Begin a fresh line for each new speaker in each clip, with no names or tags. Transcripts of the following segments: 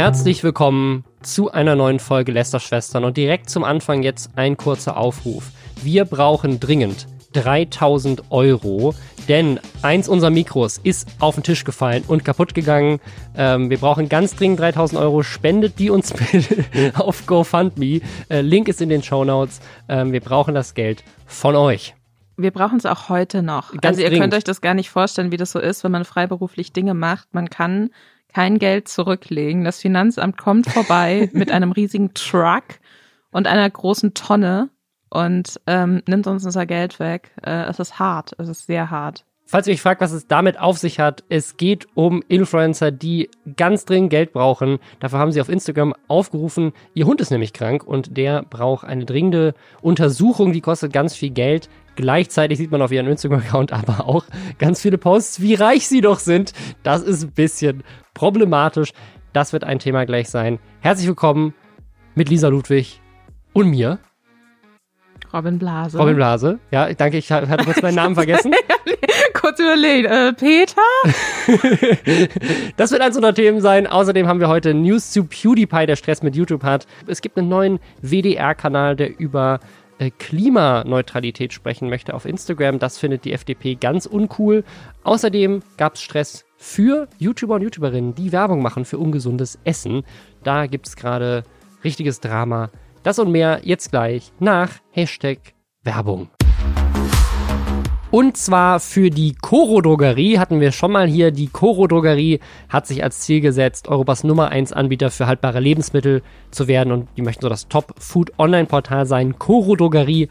Herzlich willkommen zu einer neuen Folge Lästerschwestern und direkt zum Anfang jetzt ein kurzer Aufruf. Wir brauchen dringend 3.000 €, denn eins unserer Mikros ist auf den Tisch gefallen und kaputt gegangen. Wir brauchen ganz dringend 3.000 €. Spendet die uns bitte auf GoFundMe. Link ist in den Shownotes. Wir brauchen das Geld von euch.
Wir brauchen es auch heute noch.
Ganz
ihr
dringend.
könnt euch das gar nicht vorstellen, wie das so ist, wenn man freiberuflich Dinge macht. Man kann kein Geld zurücklegen. Das Finanzamt kommt vorbei mit einem riesigen Truck und einer großen Tonne und nimmt uns unser Geld weg. Es ist hart, es ist sehr hart.
Falls ihr euch fragt, was es damit auf sich hat, es geht um Influencer, die ganz dringend Geld brauchen. Dafür haben sie auf Instagram aufgerufen, ihr Hund ist nämlich krank und der braucht eine dringende Untersuchung, die kostet ganz viel Geld. Gleichzeitig sieht man auf ihrem Instagram-Account aber auch ganz viele Posts, wie reich sie doch sind. Das ist ein bisschen problematisch. Das wird ein Thema gleich sein. Herzlich willkommen mit Lisa Ludwig und mir.
Robin Blase.
Robin Blase. Ja, danke, ich hatte kurz meinen Namen vergessen.
Kurz überlegt. Peter?
Das wird eins unserer Themen sein. Außerdem haben wir heute News zu PewDiePie, der Stress mit YouTube hat. Es gibt einen neuen WDR-Kanal, der über Klimaneutralität sprechen möchte auf Instagram. Das findet die FDP ganz uncool. Außerdem gab es Stress für YouTuber und YouTuberinnen, die Werbung machen für ungesundes Essen. Da gibt es gerade richtiges Drama. Das und mehr jetzt gleich nach #Werbung. Und zwar für die Coro Drogerie hatten wir schon mal hier. Die Coro Drogerie hat sich als Ziel gesetzt, Europas Nummer 1 Anbieter für haltbare Lebensmittel zu werden. Und die möchten so das Top-Food-Online-Portal sein. corodrogerie.de.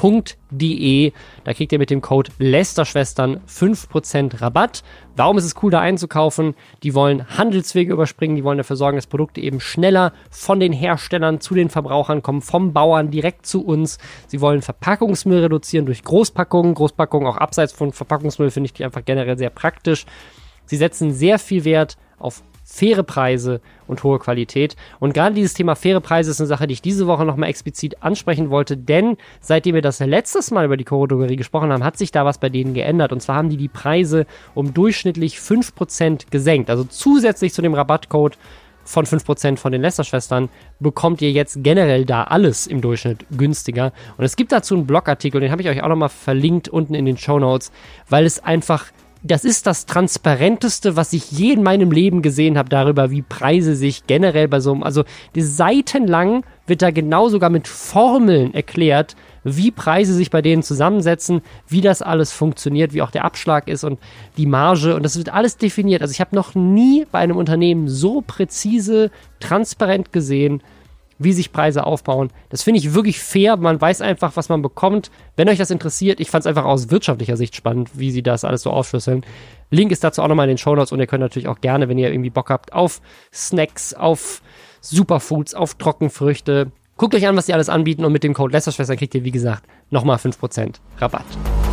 Da kriegt ihr mit dem Code Lästerschwestern 5% Rabatt. Warum ist es cool, da einzukaufen? Die wollen Handelswege überspringen, die wollen dafür sorgen, dass Produkte eben schneller von den Herstellern zu den Verbrauchern kommen, vom Bauern direkt zu uns. Sie wollen Verpackungsmüll reduzieren durch Großpackungen. Großpackungen auch abseits von Verpackungsmüll finde ich die einfach generell sehr praktisch. Sie setzen sehr viel Wert auf faire Preise und hohe Qualität. Und gerade dieses Thema faire Preise ist eine Sache, die ich diese Woche nochmal explizit ansprechen wollte, denn seitdem wir das letztes Mal über die Coro Drogerie gesprochen haben, hat sich da was bei denen geändert. Und zwar haben die Preise um durchschnittlich 5% gesenkt. Also zusätzlich zu dem Rabattcode von 5% von den Lästerschwestern bekommt ihr jetzt generell da alles im Durchschnitt günstiger. Und es gibt dazu einen Blogartikel, den habe ich euch auch nochmal verlinkt unten in den Shownotes, weil es einfach das ist das Transparenteste, was ich je in meinem Leben gesehen habe, darüber, wie Preise sich generell bei so einem, also seitenlang wird da genau sogar mit Formeln erklärt, wie Preise sich bei denen zusammensetzen, wie das alles funktioniert, wie auch der Abschlag ist und die Marge und das wird alles definiert. Also ich habe noch nie bei einem Unternehmen so präzise, transparent gesehen, wie sich Preise aufbauen. Das finde ich wirklich fair. Man weiß einfach, was man bekommt. Wenn euch das interessiert, ich fand es einfach aus wirtschaftlicher Sicht spannend, wie sie das alles so aufschlüsseln. Link ist dazu auch nochmal in den Shownotes und ihr könnt natürlich auch gerne, wenn ihr irgendwie Bock habt, auf Snacks, auf Superfoods, auf Trockenfrüchte. Guckt euch an, was die alles anbieten und mit dem Code Lästerschwestern kriegt ihr, wie gesagt, nochmal 5% Rabatt.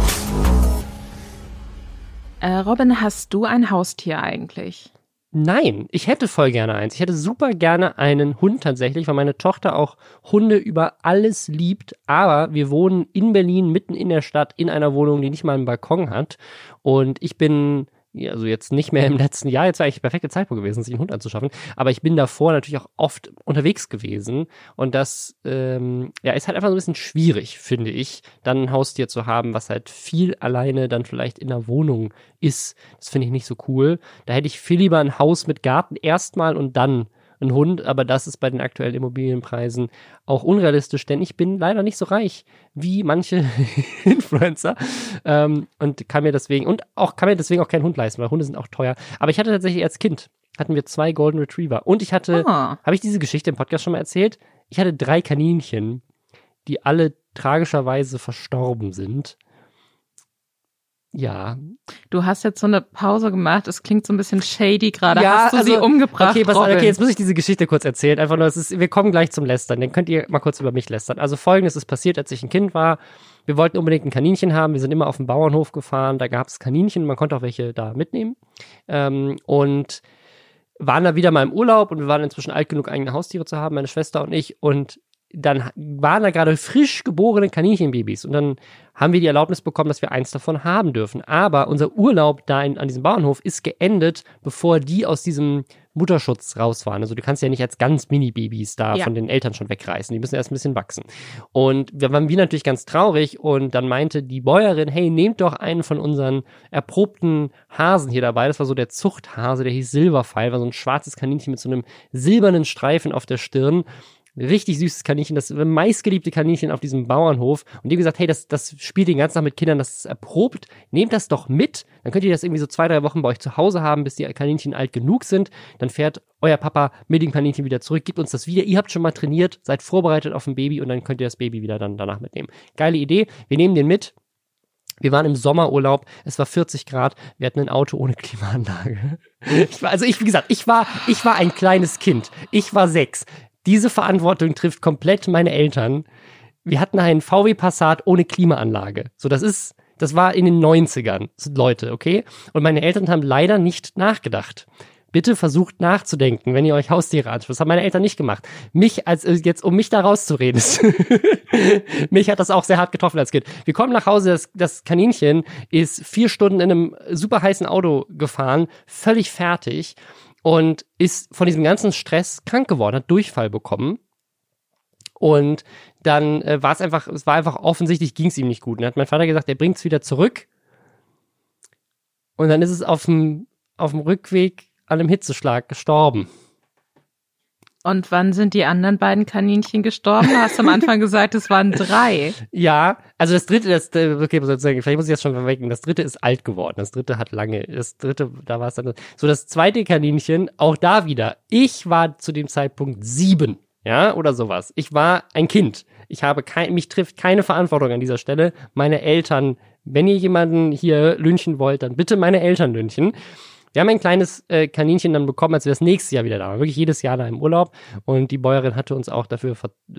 Robin, hast du ein Haustier eigentlich?
Nein, ich hätte voll gerne eins. Ich hätte super gerne einen Hund tatsächlich, weil meine Tochter auch Hunde über alles liebt. Aber wir wohnen in Berlin, mitten in der Stadt, in einer Wohnung, die nicht mal einen Balkon hat. Und ich bin, also jetzt nicht mehr im letzten Jahr, jetzt war eigentlich der perfekte Zeitpunkt gewesen, sich einen Hund anzuschaffen. Aber ich bin davor natürlich auch oft unterwegs gewesen. Und das ist halt einfach so ein bisschen schwierig, finde ich, dann ein Haustier zu haben, was halt viel alleine dann vielleicht in der Wohnung ist. Das finde ich nicht so cool. Da hätte ich viel lieber ein Haus mit Garten erstmal und dann ein Hund, aber das ist bei den aktuellen Immobilienpreisen auch unrealistisch, denn ich bin leider nicht so reich wie manche Influencer und kann mir deswegen auch keinen Hund leisten, weil Hunde sind auch teuer. Aber ich hatte tatsächlich als Kind, hatten wir 2 Golden Retriever und ich hatte, habe ich diese Geschichte im Podcast schon mal erzählt? Ich hatte 3 Kaninchen, die alle tragischerweise verstorben sind. Ja.
Du hast jetzt so eine Pause gemacht, es klingt so ein bisschen shady gerade.
Ja,
hast du sie umgebracht,
okay, jetzt muss ich diese Geschichte kurz erzählen. Einfach nur, wir kommen gleich zum Lästern, dann könnt ihr mal kurz über mich lästern. Also Folgendes ist passiert, als ich ein Kind war. Wir wollten unbedingt ein Kaninchen haben, wir sind immer auf den Bauernhof gefahren, da gab es Kaninchen, man konnte auch welche da mitnehmen. Und waren da wieder mal im Urlaub und wir waren inzwischen alt genug, eigene Haustiere zu haben, meine Schwester und ich. Und dann waren da gerade frisch geborene Kaninchenbabys und dann haben wir die Erlaubnis bekommen, dass wir eins davon haben dürfen. Aber unser Urlaub da an diesem Bauernhof ist geendet, bevor die aus diesem Mutterschutz rausfahren. Also du kannst ja nicht als ganz Mini-Babys da von den Eltern schon wegreißen. Die müssen erst ein bisschen wachsen. Und wir waren natürlich ganz traurig und dann meinte die Bäuerin, hey, nehmt doch einen von unseren erprobten Hasen hier dabei. Das war so der Zuchthase, der hieß Silberpfeil, war so ein schwarzes Kaninchen mit so einem silbernen Streifen auf der Stirn. Richtig süßes Kaninchen, das meistgeliebte Kaninchen auf diesem Bauernhof. Und die haben gesagt, hey, das spielt den ganzen Tag mit Kindern, das ist erprobt. Nehmt das doch mit. Dann könnt ihr das irgendwie so 2-3 Wochen bei euch zu Hause haben, bis die Kaninchen alt genug sind. Dann fährt euer Papa mit dem Kaninchen wieder zurück, gibt uns das wieder. Ihr habt schon mal trainiert, seid vorbereitet auf ein Baby und dann könnt ihr das Baby wieder dann danach mitnehmen. Geile Idee. Wir nehmen den mit. Wir waren im Sommerurlaub, es war 40 Grad, wir hatten ein Auto ohne Klimaanlage. Ich war ein kleines Kind. Ich war 6. Diese Verantwortung trifft komplett meine Eltern. Wir hatten einen VW Passat ohne Klimaanlage. So, das war in den 90ern, Leute, okay? Und meine Eltern haben leider nicht nachgedacht. Bitte versucht nachzudenken, wenn ihr euch Haustiere anschaut. Das haben meine Eltern nicht gemacht. Um mich da rauszureden. Mich hat das auch sehr hart getroffen als Kind. Wir kommen nach Hause, das Kaninchen ist 4 Stunden in einem super heißen Auto gefahren, völlig fertig und ist von diesem ganzen Stress krank geworden, hat Durchfall bekommen. Und dann war es einfach offensichtlich, ging es ihm nicht gut. Und dann hat mein Vater gesagt, er bringt es wieder zurück. Und dann ist es auf dem Rückweg an einem Hitzeschlag gestorben.
Und wann sind die anderen beiden Kaninchen gestorben? Du hast am Anfang gesagt, es waren 3.
Ja, also das dritte, okay, sozusagen, vielleicht muss ich das schon verwecken, das dritte ist alt geworden, da war es dann, so das zweite Kaninchen, auch da wieder, ich war zu dem Zeitpunkt 7, ja, oder sowas. Ich war ein Kind. Mich trifft keine Verantwortung an dieser Stelle. Meine Eltern, wenn ihr jemanden hier lynchen wollt, dann bitte meine Eltern lynchen. Wir haben ein kleines Kaninchen dann bekommen, als wir das nächste Jahr wieder da waren. Wirklich jedes Jahr da im Urlaub. Und die Bäuerin hatte uns auch dafür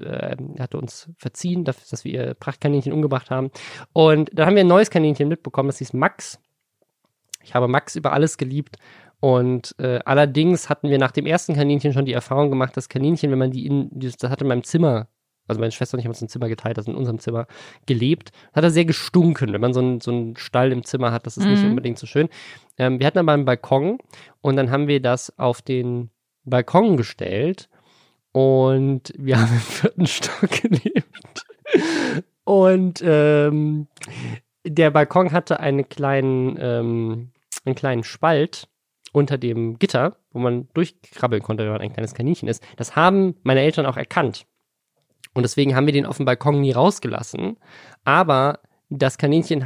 verziehen, dass wir ihr Prachtkaninchen umgebracht haben. Und dann haben wir ein neues Kaninchen mitbekommen, das hieß Max. Ich habe Max über alles geliebt. Und allerdings hatten wir nach dem ersten Kaninchen schon die Erfahrung gemacht, dass Kaninchen, wenn man das hatte in meinem Zimmer, also meine Schwester und ich haben uns ein Zimmer geteilt, das in unserem Zimmer gelebt, hat er sehr gestunken, wenn man so einen Stall im Zimmer hat, das ist nicht unbedingt so schön. Wir hatten aber einen Balkon und dann haben wir das auf den Balkon gestellt und wir haben im 4. Stock gelebt. Und der Balkon hatte einen kleinen Spalt unter dem Gitter, wo man durchkrabbeln konnte, wenn man ein kleines Kaninchen ist. Das haben meine Eltern auch erkannt. Und deswegen haben wir den auf dem Balkon nie rausgelassen. Aber das Kaninchen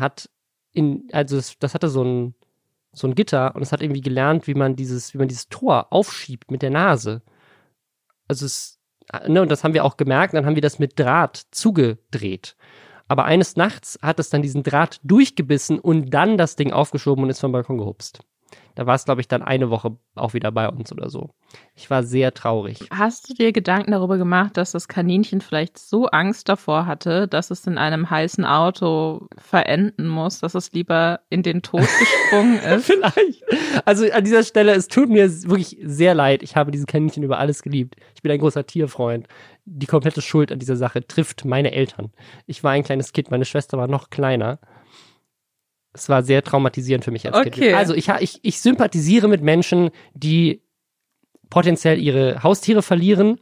das hatte so ein Gitter und es hat irgendwie gelernt, wie man dieses Tor aufschiebt mit der Nase. Also und das haben wir auch gemerkt, dann haben wir das mit Draht zugedreht. Aber eines Nachts hat es dann diesen Draht durchgebissen und dann das Ding aufgeschoben und ist vom Balkon gehupst. Da war es, glaube ich, dann eine Woche auch wieder bei uns oder so. Ich war sehr traurig.
Hast du dir Gedanken darüber gemacht, dass das Kaninchen vielleicht so Angst davor hatte, dass es in einem heißen Auto verenden muss, dass es lieber in den Tod gesprungen ist?
Vielleicht. Also an dieser Stelle, es tut mir wirklich sehr leid. Ich habe dieses Kaninchen über alles geliebt. Ich bin ein großer Tierfreund. Die komplette Schuld an dieser Sache trifft meine Eltern. Ich war ein kleines Kind, meine Schwester war noch kleiner. Es war sehr traumatisierend für mich als Kind. Also ich sympathisiere mit Menschen, die potenziell ihre Haustiere verlieren.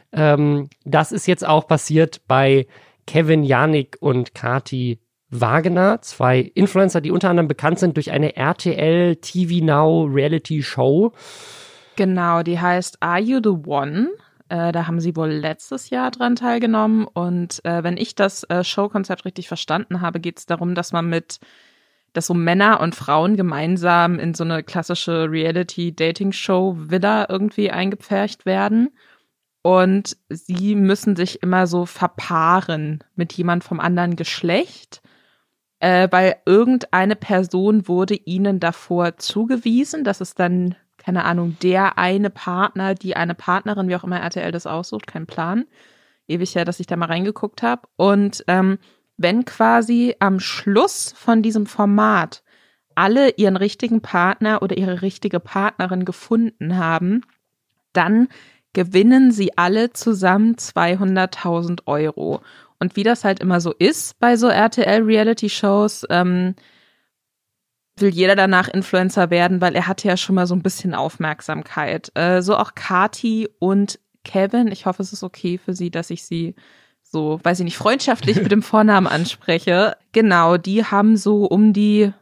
Das ist jetzt auch passiert bei Kevin Janik und Kati Wagener, 2 Influencer, die unter anderem bekannt sind durch eine RTL TV Now Reality Show.
Genau, die heißt Are You the One? Da haben sie wohl letztes Jahr dran teilgenommen. Und wenn ich das Showkonzept richtig verstanden habe, geht es darum, dass so Männer und Frauen gemeinsam in so eine klassische Reality-Dating-Show-Villa irgendwie eingepfercht werden. Und sie müssen sich immer so verpaaren mit jemand vom anderen Geschlecht, weil irgendeine Person wurde ihnen davor zugewiesen. Das ist dann, keine Ahnung, der eine Partner, die eine Partnerin, wie auch immer RTL das aussucht, kein Plan. Ewig her, dass ich da mal reingeguckt habe. Und wenn quasi am Schluss von diesem Format alle ihren richtigen Partner oder ihre richtige Partnerin gefunden haben, dann gewinnen sie alle zusammen 200.000 Euro. Und wie das halt immer so ist bei so RTL-Reality-Shows, will jeder danach Influencer werden, weil er hatte ja schon mal so ein bisschen Aufmerksamkeit. So auch Kati und Kevin. Ich hoffe, es ist okay für sie, dass ich sie so, weiß ich nicht, freundschaftlich mit dem Vornamen anspreche. Genau, die haben so um die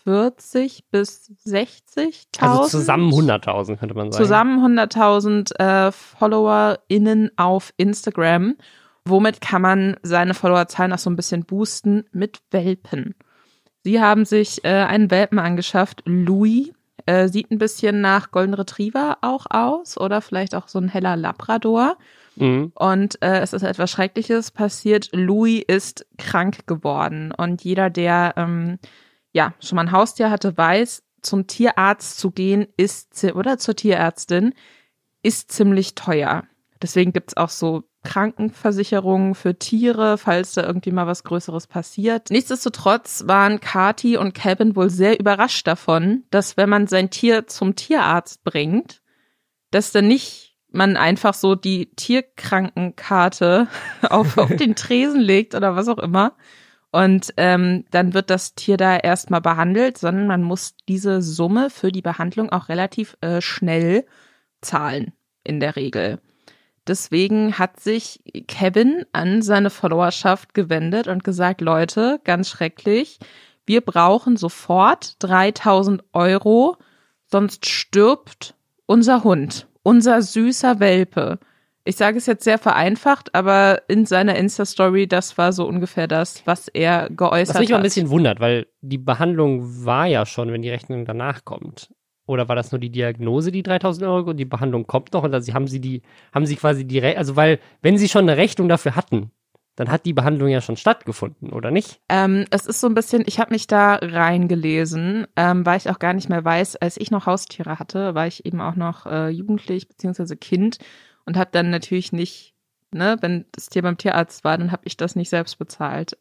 40 bis 60.000.
Also zusammen 100.000 könnte man sagen.
Zusammen 100.000 FollowerInnen auf Instagram. Womit kann man seine Followerzahlen auch so ein bisschen boosten? Mit Welpen. Sie haben sich einen Welpen angeschafft, Louis. Sieht ein bisschen nach Golden Retriever auch aus oder vielleicht auch so ein heller Labrador. Mhm. Und es ist etwas Schreckliches passiert. Louis ist krank geworden. Und jeder, der schon mal ein Haustier hatte, weiß, zum Tierarzt zu gehen oder zur Tierärztin ist ziemlich teuer. Deswegen gibt's auch so Krankenversicherungen für Tiere, falls da irgendwie mal was Größeres passiert. Nichtsdestotrotz waren Kati und Kevin wohl sehr überrascht davon, dass wenn man sein Tier zum Tierarzt bringt, dass dann nicht man einfach so die Tierkrankenkarte auf den Tresen legt oder was auch immer und dann wird das Tier da erstmal behandelt, sondern man muss diese Summe für die Behandlung auch relativ schnell zahlen in der Regel. Deswegen hat sich Kevin an seine Followerschaft gewendet und gesagt, Leute, ganz schrecklich, wir brauchen sofort 3.000 €, sonst stirbt unser Hund, unser süßer Welpe. Ich sage es jetzt sehr vereinfacht, aber in seiner Insta-Story, das war so ungefähr das, was er geäußert hat.
Was mich mal ein bisschen wundert, weil die Behandlung war ja schon, wenn die Rechnung danach kommt. Oder war das nur die Diagnose, die 3.000 € und die Behandlung kommt noch? Und also haben sie quasi direkt, also weil, wenn sie schon eine Rechnung dafür hatten, dann hat die Behandlung ja schon stattgefunden, oder nicht?
Es ist so ein bisschen, ich habe mich da reingelesen, weil ich auch gar nicht mehr weiß, als ich noch Haustiere hatte, war ich eben auch noch jugendlich bzw. Kind und habe dann natürlich nicht, wenn das Tier beim Tierarzt war, dann habe ich das nicht selbst bezahlt.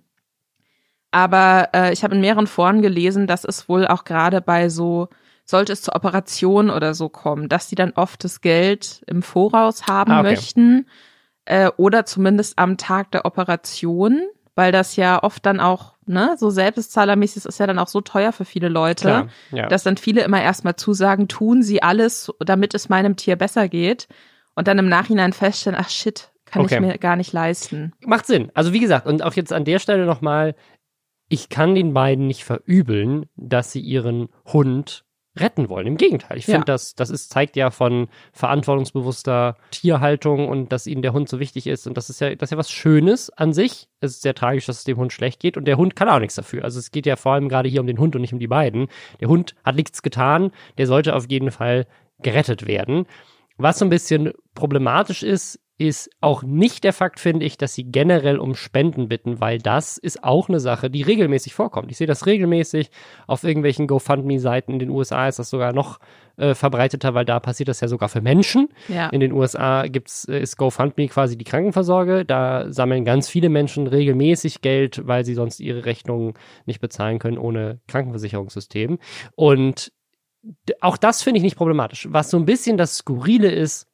Aber ich habe in mehreren Foren gelesen, dass es wohl auch gerade bei sollte es zur Operation oder so kommen, dass die dann oft das Geld im Voraus haben möchten oder zumindest am Tag der Operation, weil das ja oft dann auch, so selbstzahlermäßig ist ja dann auch so teuer für viele Leute, klar, ja, dass dann viele immer erstmal zusagen, tun sie alles, damit es meinem Tier besser geht und dann im Nachhinein feststellen, ach shit, kann ich mir gar nicht leisten.
Macht Sinn. Also wie gesagt, und auch jetzt an der Stelle nochmal, ich kann den beiden nicht verübeln, dass sie ihren Hund retten wollen. Im Gegenteil. Ich finde, das zeigt ja von verantwortungsbewusster Tierhaltung und dass ihnen der Hund so wichtig ist. Und das ist ja was Schönes an sich. Es ist sehr tragisch, dass es dem Hund schlecht geht. Und der Hund kann auch nichts dafür. Also es geht ja vor allem gerade hier um den Hund und nicht um die beiden. Der Hund hat nichts getan. Der sollte auf jeden Fall gerettet werden. Was so ein bisschen problematisch ist auch nicht der Fakt, finde ich, dass sie generell um Spenden bitten, weil das ist auch eine Sache, die regelmäßig vorkommt. Ich sehe das regelmäßig auf irgendwelchen GoFundMe-Seiten. In den USA ist das sogar noch verbreiteter, weil da passiert das ja sogar für Menschen. Ja. In den USA ist GoFundMe quasi die Krankenversorge. Da sammeln ganz viele Menschen regelmäßig Geld, weil sie sonst ihre Rechnungen nicht bezahlen können ohne Krankenversicherungssystem. Und auch das finde ich nicht problematisch. Was so ein bisschen das Skurrile ist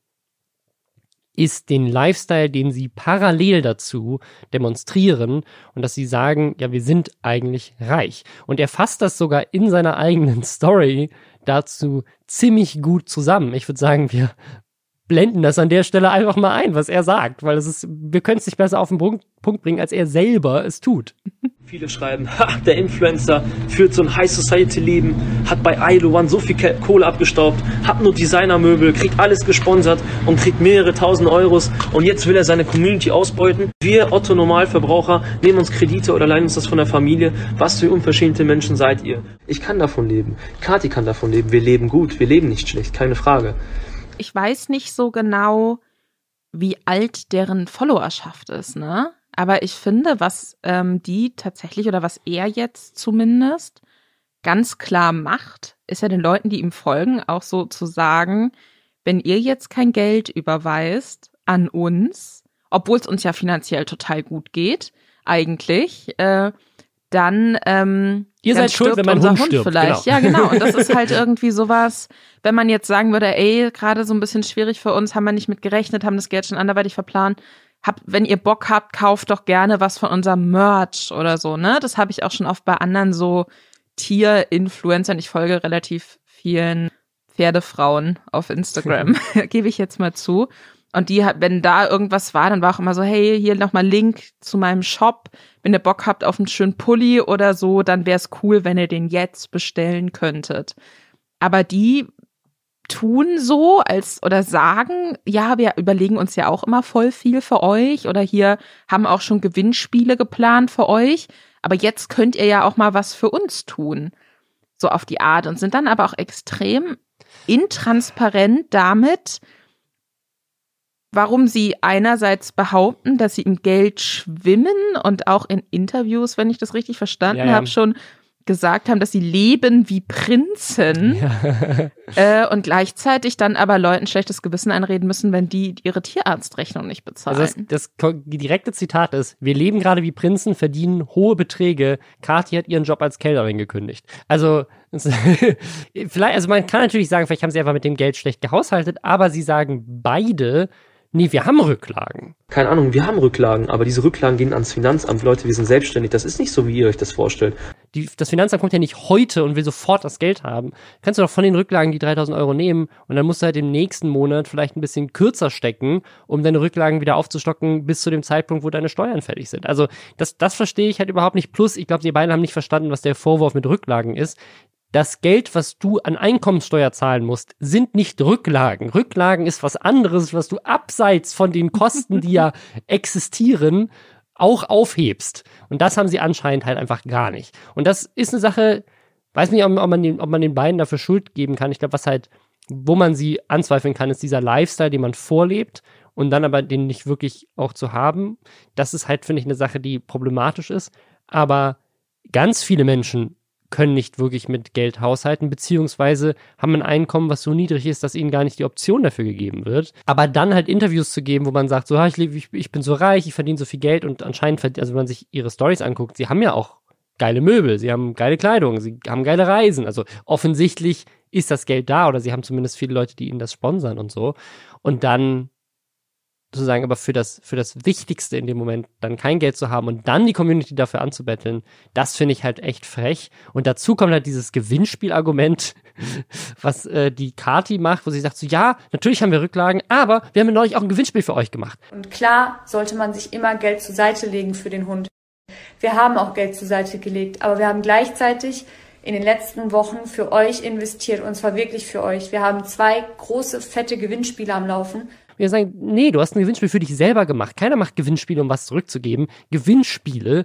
den Lifestyle, den sie parallel dazu demonstrieren und dass sie sagen, ja, wir sind eigentlich reich. Und er fasst das sogar in seiner eigenen Story dazu ziemlich gut zusammen. Ich würde sagen, wir blenden das an der Stelle einfach mal ein, was er sagt, weil wir können es nicht besser auf den Punkt bringen, als er selber es tut.
Viele schreiben, der Influencer führt so ein High-Society-Leben, hat bei Idol One so viel Kohle abgestaubt, hat nur Designermöbel, kriegt alles gesponsert und kriegt mehrere tausend Euros und jetzt will er seine Community ausbeuten. Wir, Otto-Normalverbraucher, nehmen uns Kredite oder leihen uns das von der Familie. Was für unverschämte Menschen seid ihr? Ich kann davon leben, Kathi kann davon leben, wir leben gut, wir leben nicht schlecht, keine Frage.
Ich weiß nicht so genau, wie alt deren Followerschaft ist, ne? Aber ich finde, was die tatsächlich oder was er jetzt zumindest ganz klar macht, ist ja den Leuten, die ihm folgen, auch so zu sagen, wenn ihr jetzt kein Geld überweist an uns, obwohl es uns ja finanziell total gut geht, eigentlich, dann
ihr seid schuld, wenn mein Hund stirbt.
Vielleicht. Genau. Ja, genau. Und das ist halt irgendwie sowas, wenn man jetzt sagen würde, gerade so ein bisschen schwierig für uns, haben wir nicht mit gerechnet, haben das Geld schon anderweitig verplant. Wenn ihr Bock habt, kauft doch gerne was von unserem Merch oder so, ne? Das habe ich auch schon oft bei anderen so Tier-Influencern. Ich folge relativ vielen Pferdefrauen auf Instagram, gebe ich jetzt mal zu. Und die, wenn da irgendwas war, dann war auch immer so, hey, hier nochmal Link zu meinem Shop. Wenn ihr Bock habt auf einen schönen Pulli oder so, dann wäre es cool, wenn ihr den jetzt bestellen könntet. Aber die tun so oder sagen, ja, wir überlegen uns ja auch immer voll viel für euch oder hier haben auch schon Gewinnspiele geplant für euch. Aber jetzt könnt ihr ja auch mal was für uns tun. So auf die Art. Und sind dann aber auch extrem intransparent damit, warum sie einerseits behaupten, dass sie im Geld schwimmen und auch in Interviews, wenn ich das richtig verstanden habe, schon gesagt haben, dass sie leben wie Prinzen und gleichzeitig dann aber Leuten schlechtes Gewissen einreden müssen, wenn die ihre Tierarztrechnung nicht bezahlen.
Also das direkte Zitat ist, wir leben gerade wie Prinzen, verdienen hohe Beträge. Kathi hat ihren Job als Kellnerin gekündigt. Also vielleicht, also man kann natürlich sagen, vielleicht haben sie einfach mit dem Geld schlecht gehaushaltet, aber sie sagen beide, nee, wir haben Rücklagen.
Keine Ahnung, wir haben Rücklagen, aber diese Rücklagen gehen ans Finanzamt. Leute, wir sind selbstständig. Das ist nicht so, wie ihr euch das vorstellt.
Das Finanzamt kommt ja nicht heute und will sofort das Geld haben. Kannst du doch von den Rücklagen die 3.000 Euro nehmen und dann musst du halt im nächsten Monat vielleicht ein bisschen kürzer stecken, um deine Rücklagen wieder aufzustocken bis zu dem Zeitpunkt, wo deine Steuern fällig sind. Also das verstehe ich halt überhaupt nicht. Plus, ich glaube, die beiden haben nicht verstanden, was der Vorwurf mit Rücklagen ist. Das Geld, was du an Einkommenssteuer zahlen musst, sind nicht Rücklagen. Rücklagen ist was anderes, was du abseits von den Kosten, die ja existieren, auch aufhebst. Und das haben sie anscheinend halt einfach gar nicht. Und das ist eine Sache, weiß nicht, ob man den beiden dafür Schuld geben kann. Ich glaube, wo man sie anzweifeln kann, ist dieser Lifestyle, den man vorlebt und dann aber den nicht wirklich auch zu haben. Das ist halt, finde ich, eine Sache, die problematisch ist. Aber ganz viele Menschen können nicht wirklich mit Geld haushalten, beziehungsweise haben ein Einkommen, was so niedrig ist, dass ihnen gar nicht die Option dafür gegeben wird. Aber dann halt Interviews zu geben, wo man sagt, so, ich bin so reich, ich verdiene so viel Geld und anscheinend, also wenn man sich ihre Storys anguckt, sie haben ja auch geile Möbel, sie haben geile Kleidung, sie haben geile Reisen. Also offensichtlich ist das Geld da oder sie haben zumindest viele Leute, die ihnen das sponsern und so. Und dann sozusagen aber für das Wichtigste in dem Moment dann kein Geld zu haben und dann die Community dafür anzubetteln, das finde ich halt echt frech. Und dazu kommt halt dieses Gewinnspielargument, was die Kathi macht, wo sie sagt so, ja, natürlich haben wir Rücklagen, aber wir haben ja neulich auch ein Gewinnspiel für euch gemacht.
Und klar sollte man sich immer Geld zur Seite legen für den Hund. Wir haben auch Geld zur Seite gelegt, aber wir haben gleichzeitig in den letzten Wochen für euch investiert und zwar wirklich für euch. Wir haben 2 große, fette Gewinnspiele am Laufen.
Wir sagen, nee, du hast ein Gewinnspiel für dich selber gemacht. Keiner macht Gewinnspiele, um was zurückzugeben. Gewinnspiele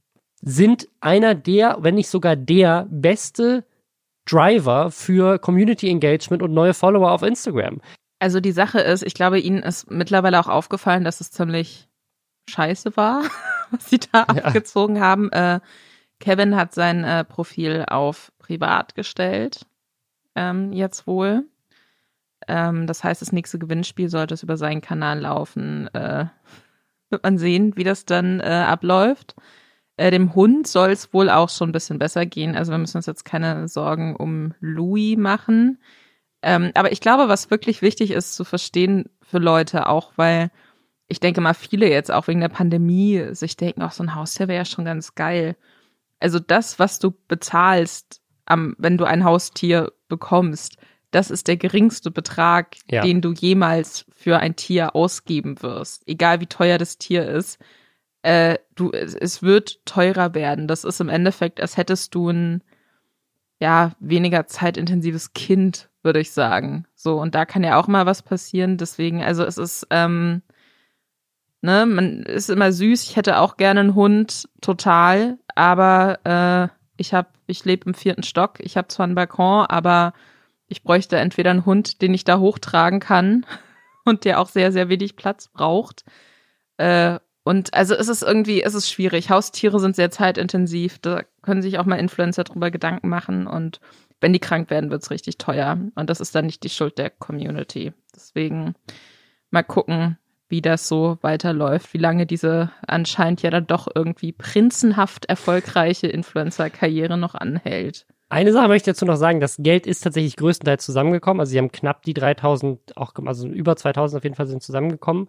sind einer der, wenn nicht sogar der beste Driver für Community Engagement und neue Follower auf Instagram.
Also die Sache ist, ich glaube, ihnen ist mittlerweile auch aufgefallen, dass es ziemlich scheiße war, was sie da abgezogen haben. Kevin hat sein Profil auf privat gestellt, jetzt wohl. Das heißt, das nächste Gewinnspiel sollte es über seinen Kanal laufen. Wird man sehen, wie das dann abläuft. Dem Hund soll es wohl auch schon ein bisschen besser gehen. Also wir müssen uns jetzt keine Sorgen um Louis machen. Aber ich glaube, was wirklich wichtig ist zu verstehen für Leute auch, weil ich denke mal, viele jetzt auch wegen der Pandemie sich denken, auch so ein Haustier wäre ja schon ganz geil. Also das, was du bezahlst, wenn du ein Haustier bekommst, das ist der geringste Betrag, den du jemals für ein Tier ausgeben wirst. Egal wie teuer das Tier ist. Es wird teurer werden. Das ist im Endeffekt, als hättest du ein weniger zeitintensives Kind, würde ich sagen. So, und da kann ja auch mal was passieren. Deswegen, also es ist, man ist immer süß. Ich hätte auch gerne einen Hund, total. Aber ich lebe im 4. Stock. Ich habe zwar einen Balkon, aber ich bräuchte entweder einen Hund, den ich da hochtragen kann und der auch sehr, sehr wenig Platz braucht. Und also es ist schwierig. Haustiere sind sehr zeitintensiv. Da können sich auch mal Influencer drüber Gedanken machen. Und wenn die krank werden, wird's richtig teuer. Und das ist dann nicht die Schuld der Community. Deswegen mal gucken, wie das so weiterläuft. Wie lange diese anscheinend ja dann doch irgendwie prinzenhaft erfolgreiche Influencer-Karriere noch anhält.
Eine Sache möchte ich dazu noch sagen, das Geld ist tatsächlich größtenteils zusammengekommen. Also sie haben knapp die 3.000, also über 2.000 auf jeden Fall sind zusammengekommen.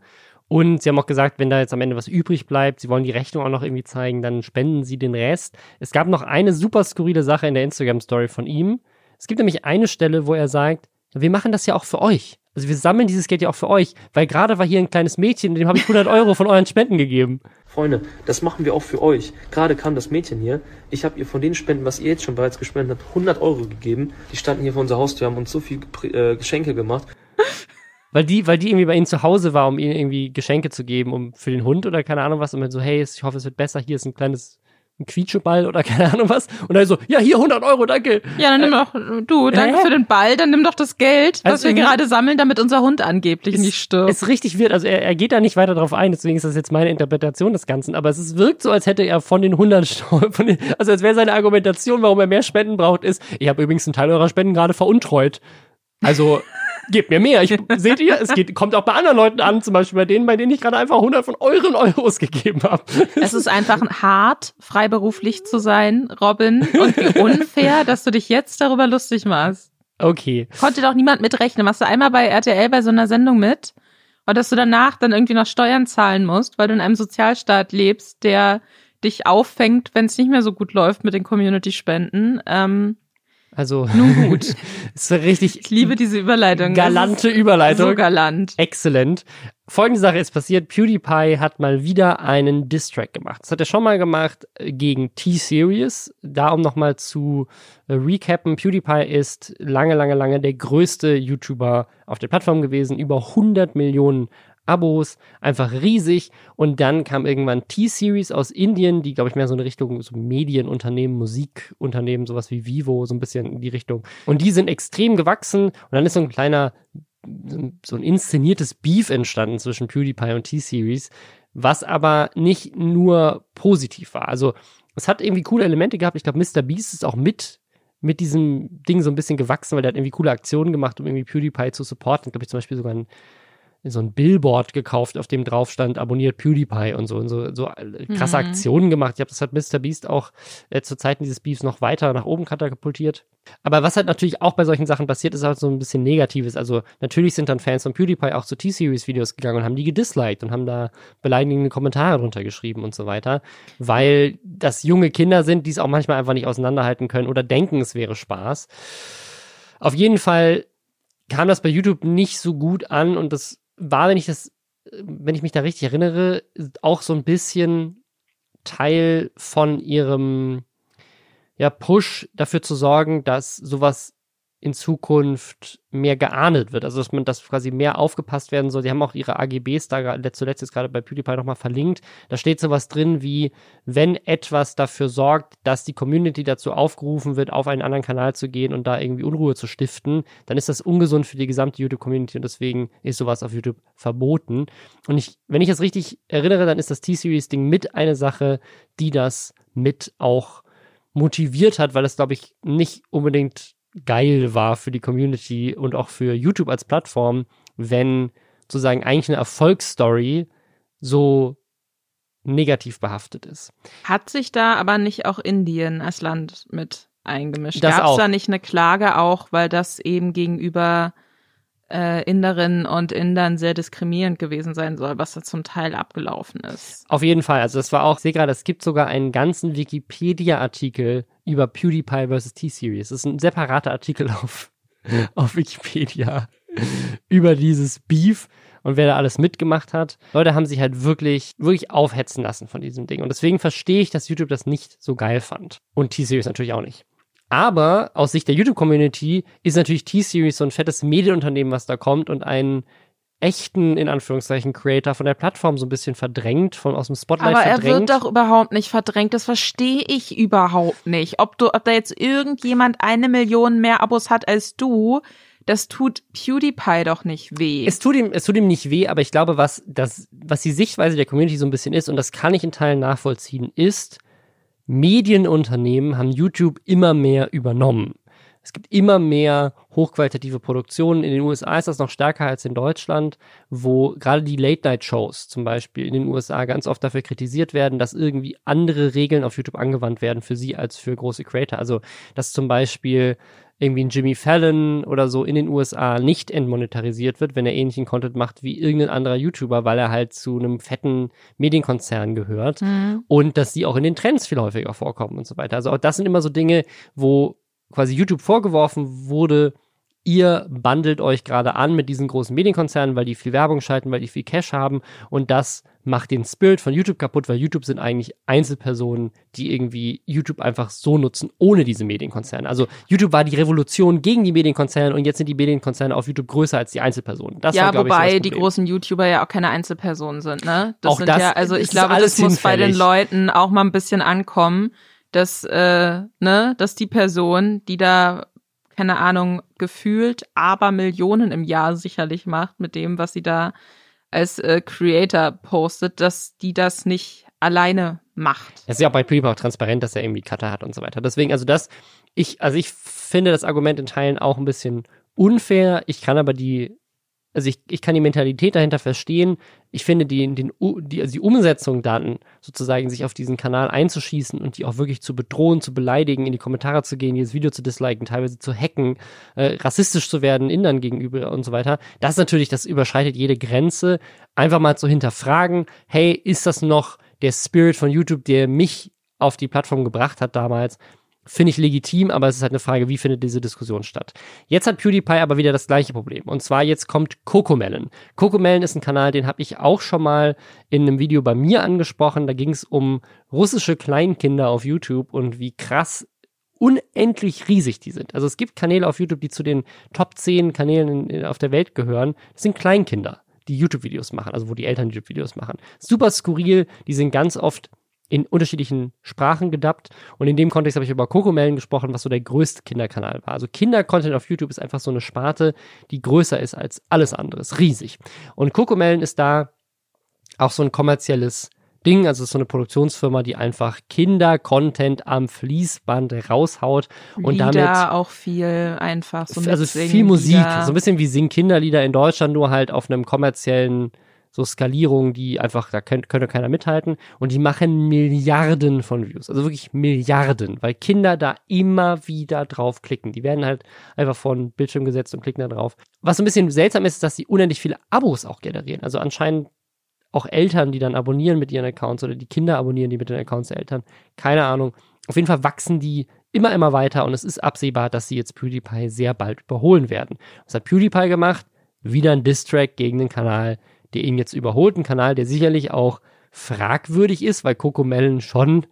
Und sie haben auch gesagt, wenn da jetzt am Ende was übrig bleibt, sie wollen die Rechnung auch noch irgendwie zeigen, dann spenden sie den Rest. Es gab noch eine super skurrile Sache in der Instagram-Story von ihm. Es gibt nämlich eine Stelle, wo er sagt, wir machen das ja auch für euch. Also wir sammeln dieses Geld ja auch für euch, weil gerade war hier ein kleines Mädchen, dem habe ich 100 Euro von euren Spenden gegeben.
Freunde, das machen wir auch für euch. Gerade kam das Mädchen hier. Ich habe ihr von den Spenden, was ihr jetzt schon bereits gespendet habt, 100 Euro gegeben. Die standen hier vor unserer Haustür, haben uns so viel Geschenke gemacht.
Weil die irgendwie bei ihnen zu Hause war, um ihnen irgendwie Geschenke zu geben, für den Hund oder keine Ahnung was. Und dann so, hey, ich hoffe, es wird besser. Hier ist ein Quietscheball oder keine Ahnung was. Und dann so, ja, hier 100 Euro, danke.
Ja, dann nimm doch, danke für den Ball, dann nimm doch das Geld, was wir gerade sammeln, damit unser Hund angeblich nicht stirbt.
Ist richtig weird, also er geht da nicht weiter drauf ein, deswegen ist das jetzt meine Interpretation des Ganzen, aber es wirkt so, als hätte er von den 100, also als wäre seine Argumentation, warum er mehr Spenden braucht, ist, ich habe übrigens einen Teil eurer Spenden gerade veruntreut. Also, gebt mir mehr. Seht ihr, kommt auch bei anderen Leuten an, zum Beispiel bei denen ich gerade einfach 100 von euren Euros gegeben habe.
Es ist einfach hart, freiberuflich zu sein, Robin, und wie unfair, dass du dich jetzt darüber lustig machst.
Okay.
Konnte doch niemand mitrechnen. Machst du einmal bei RTL bei so einer Sendung mit? Oder dass du danach dann irgendwie noch Steuern zahlen musst, weil du in einem Sozialstaat lebst, der dich auffängt, wenn es nicht mehr so gut läuft mit den Community-Spenden.
Also,
nun gut.
Ist richtig.
Ich liebe diese Überleitung.
Galante Überleitung.
So galant.
Exzellent. Folgende Sache ist passiert. PewDiePie hat mal wieder einen Diss-Track gemacht. Das hat er schon mal gemacht gegen T-Series. Da, um nochmal zu recappen, PewDiePie ist lange der größte YouTuber auf der Plattform gewesen. Über 100 Millionen Abos, einfach riesig. Und dann kam irgendwann T-Series aus Indien, die, glaube ich, mehr so eine Richtung, so Medienunternehmen, Musikunternehmen, sowas wie Vivo, so ein bisschen in die Richtung. Und die sind extrem gewachsen. Und dann ist so ein inszeniertes Beef entstanden zwischen PewDiePie und T-Series, was aber nicht nur positiv war. Also, es hat irgendwie coole Elemente gehabt. Ich glaube, MrBeast ist auch mit diesem Ding so ein bisschen gewachsen, weil der hat irgendwie coole Aktionen gemacht, um irgendwie PewDiePie zu supporten. Ich glaube, zum Beispiel sogar so ein Billboard gekauft, auf dem drauf stand, abonniert PewDiePie und so krasse Aktionen gemacht. Ich glaube, das hat MrBeast auch zu Zeiten dieses Beefs noch weiter nach oben katapultiert. Aber was halt natürlich auch bei solchen Sachen passiert, ist halt so ein bisschen Negatives. Also natürlich sind dann Fans von PewDiePie auch zu T-Series-Videos gegangen und haben die gedisliked und haben da beleidigende Kommentare drunter geschrieben und so weiter, weil das junge Kinder sind, die es auch manchmal einfach nicht auseinanderhalten können oder denken, es wäre Spaß. Auf jeden Fall kam das bei YouTube nicht so gut an und das war, wenn ich mich da richtig erinnere, auch so ein bisschen Teil von ihrem Push dafür zu sorgen, dass sowas in Zukunft mehr geahndet wird. Also, dass quasi mehr aufgepasst werden soll. Sie haben auch ihre AGBs da zuletzt jetzt gerade bei PewDiePie nochmal verlinkt. Da steht sowas drin wie, wenn etwas dafür sorgt, dass die Community dazu aufgerufen wird, auf einen anderen Kanal zu gehen und da irgendwie Unruhe zu stiften, dann ist das ungesund für die gesamte YouTube-Community und deswegen ist sowas auf YouTube verboten. Und wenn ich das richtig erinnere, dann ist das T-Series-Ding mit eine Sache, die das mit auch motiviert hat, weil es, glaube ich, nicht unbedingt geil war für die Community und auch für YouTube als Plattform, wenn sozusagen eigentlich eine Erfolgsstory so negativ behaftet ist.
Hat sich da aber nicht auch Indien als Land mit eingemischt?
Gab
es da nicht eine Klage auch, weil das eben gegenüber Inderinnen und Indern sehr diskriminierend gewesen sein soll, was da zum Teil abgelaufen ist?
Auf jeden Fall. Also das war auch, ich sehe gerade, es gibt sogar einen ganzen Wikipedia-Artikel über PewDiePie vs. T-Series. Das ist ein separater Artikel auf Wikipedia über dieses Beef und wer da alles mitgemacht hat. Leute haben sich halt wirklich aufhetzen lassen von diesem Ding. Und deswegen verstehe ich, dass YouTube das nicht so geil fand. Und T-Series natürlich auch nicht. Aber aus Sicht der YouTube-Community ist natürlich T-Series so ein fettes Medienunternehmen, was da kommt und einen echten, in Anführungszeichen, Creator von der Plattform so ein bisschen verdrängt, aus dem Spotlight verdrängt.
Aber er wird doch überhaupt nicht verdrängt, das verstehe ich überhaupt nicht. Ob da jetzt irgendjemand 1 Million mehr Abos hat als du, das tut PewDiePie doch nicht weh.
Es tut ihm nicht weh, aber ich glaube, was die Sichtweise der Community so ein bisschen ist, und das kann ich in Teilen nachvollziehen, ist, Medienunternehmen haben YouTube immer mehr übernommen. Es gibt immer mehr hochqualitative Produktionen. In den USA ist das noch stärker als in Deutschland, wo gerade die Late-Night-Shows zum Beispiel in den USA ganz oft dafür kritisiert werden, dass irgendwie andere Regeln auf YouTube angewandt werden für sie als für große Creator. Also, dass zum Beispiel irgendwie ein Jimmy Fallon oder so in den USA nicht entmonetarisiert wird, wenn er ähnlichen Content macht wie irgendein anderer YouTuber, weil er halt zu einem fetten Medienkonzern gehört und dass sie auch in den Trends viel häufiger vorkommen und so weiter. Also auch das sind immer so Dinge, wo quasi YouTube vorgeworfen wurde, ihr bundelt euch gerade an mit diesen großen Medienkonzernen, weil die viel Werbung schalten, weil die viel Cash haben und das macht den Spirit von YouTube kaputt, weil YouTube sind eigentlich Einzelpersonen, die irgendwie YouTube einfach so nutzen, ohne diese Medienkonzerne. Also YouTube war die Revolution gegen die Medienkonzerne und jetzt sind die Medienkonzerne auf YouTube größer als die Einzelpersonen. Das war, glaube ich, so das
wobei
Problem.
Die großen YouTuber ja auch keine Einzelpersonen sind, ne?
Auch
sind
das,
ja, also ich
ist
glaube,
alles
das muss bei den
hinfällig.
Leuten auch mal ein bisschen ankommen, dass die Person, die da keine Ahnung, gefühlt aber Millionen im Jahr sicherlich macht mit dem, was sie da als Creator postet, dass die das nicht alleine macht.
Es ist ja auch bei PewDiePie auch transparent, dass er irgendwie Cutter hat und so weiter. Deswegen, ich finde das Argument in Teilen auch ein bisschen unfair. Ich kann aber ich kann die Mentalität dahinter verstehen. Ich finde die Umsetzung dann sozusagen sich auf diesen Kanal einzuschießen und die auch wirklich zu bedrohen, zu beleidigen, in die Kommentare zu gehen, jedes Video zu disliken, teilweise zu hacken, rassistisch zu werden, Indern gegenüber und so weiter. Das überschreitet jede Grenze. Einfach mal zu hinterfragen, hey, ist das noch der Spirit von YouTube, der mich auf die Plattform gebracht hat damals? Finde ich legitim, aber es ist halt eine Frage, wie findet diese Diskussion statt. Jetzt hat PewDiePie aber wieder das gleiche Problem. Und zwar jetzt kommt Cocomelon. Cocomelon ist ein Kanal, den habe ich auch schon mal in einem Video bei mir angesprochen. Da ging es um russische Kleinkinder auf YouTube und wie krass unendlich riesig die sind. Also es gibt Kanäle auf YouTube, die zu den Top 10 Kanälen auf der Welt gehören. Das sind Kleinkinder, die YouTube-Videos machen, also wo die Eltern YouTube-Videos machen. Super skurril, die sind ganz oft in unterschiedlichen Sprachen gedubbt und in dem Kontext habe ich über Cocomelon gesprochen, was so der größte Kinderkanal war. Also Kinder-Content auf YouTube ist einfach so eine Sparte, die größer ist als alles andere, ist riesig. Und Cocomelon ist da auch so ein kommerzielles Ding, also es ist so eine Produktionsfirma, die einfach Kinder-Content am Fließband raushaut und
Lieder
damit
auch viel einfach so
also
mitsingen,
viel Musik,
Lieder.
so ein bisschen wie Sing-Kinderlieder in Deutschland, nur halt auf einem kommerziellen so Skalierung, die einfach, da könnte keiner mithalten und die machen Milliarden von Views, also wirklich Milliarden, weil Kinder da immer wieder draufklicken. Die werden halt einfach vor den Bildschirm gesetzt und klicken da drauf. Was so ein bisschen seltsam ist, dass sie unendlich viele Abos auch generieren, also anscheinend auch Eltern, die dann abonnieren mit ihren Accounts oder die Kinder abonnieren, die mit den Accounts der Eltern, keine Ahnung. Auf jeden Fall wachsen die immer weiter und es ist absehbar, dass sie jetzt PewDiePie sehr bald überholen werden. Was hat PewDiePie gemacht? Wieder ein Diss-Track gegen den Kanal, der ihn jetzt überholt, ein Kanal, der sicherlich auch fragwürdig ist, weil Cocomelon schon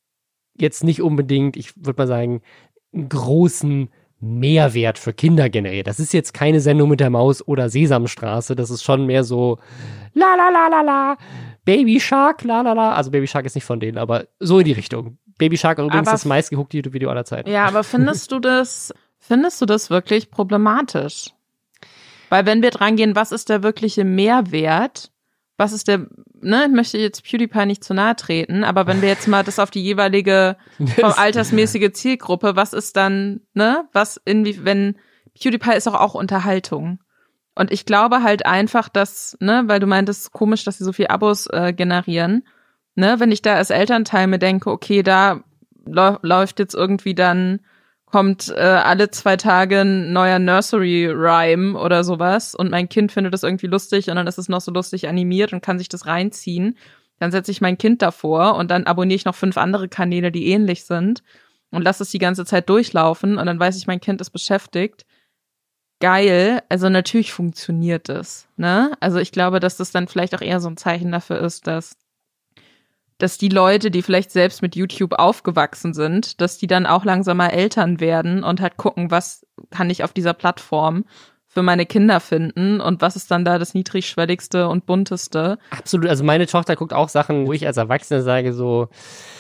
jetzt nicht unbedingt, ich würde mal sagen, einen großen Mehrwert für Kinder generiert. Das ist jetzt keine Sendung mit der Maus oder Sesamstraße, das ist schon mehr so la la la la la, Baby Shark, la la la, also Baby Shark ist nicht von denen, aber so in die Richtung. Baby Shark ist übrigens das meistgeguckte YouTube-Video aller Zeiten.
Ja, aber findest du das wirklich problematisch? Weil wenn wir dran gehen, was ist der wirkliche Mehrwert? Was ist der, ich möchte jetzt PewDiePie nicht zu nahe treten, aber wenn wir jetzt mal das auf die jeweilige altersmäßige Zielgruppe, was ist dann, wenn PewDiePie ist auch Unterhaltung. Und ich glaube halt einfach, dass, weil du meintest, komisch, dass sie so viel Abos generieren, wenn ich da als Elternteil mir denke, okay, da läuft jetzt irgendwie dann kommt alle 2 Tage ein neuer Nursery-Rhyme oder sowas und mein Kind findet das irgendwie lustig und dann ist es noch so lustig animiert und kann sich das reinziehen. Dann setze ich mein Kind davor und dann abonniere ich noch 5 andere Kanäle, die ähnlich sind und lasse es die ganze Zeit durchlaufen und dann weiß ich, mein Kind ist beschäftigt. Geil, also natürlich funktioniert das, Also ich glaube, dass das dann vielleicht auch eher so ein Zeichen dafür ist, dass die Leute, die vielleicht selbst mit YouTube aufgewachsen sind, dass die dann auch langsam mal Eltern werden und halt gucken, was kann ich auf dieser Plattform für meine Kinder finden und was ist dann da das niedrigschwelligste und bunteste.
Absolut, also meine Tochter guckt auch Sachen, wo ich als Erwachsener sage so,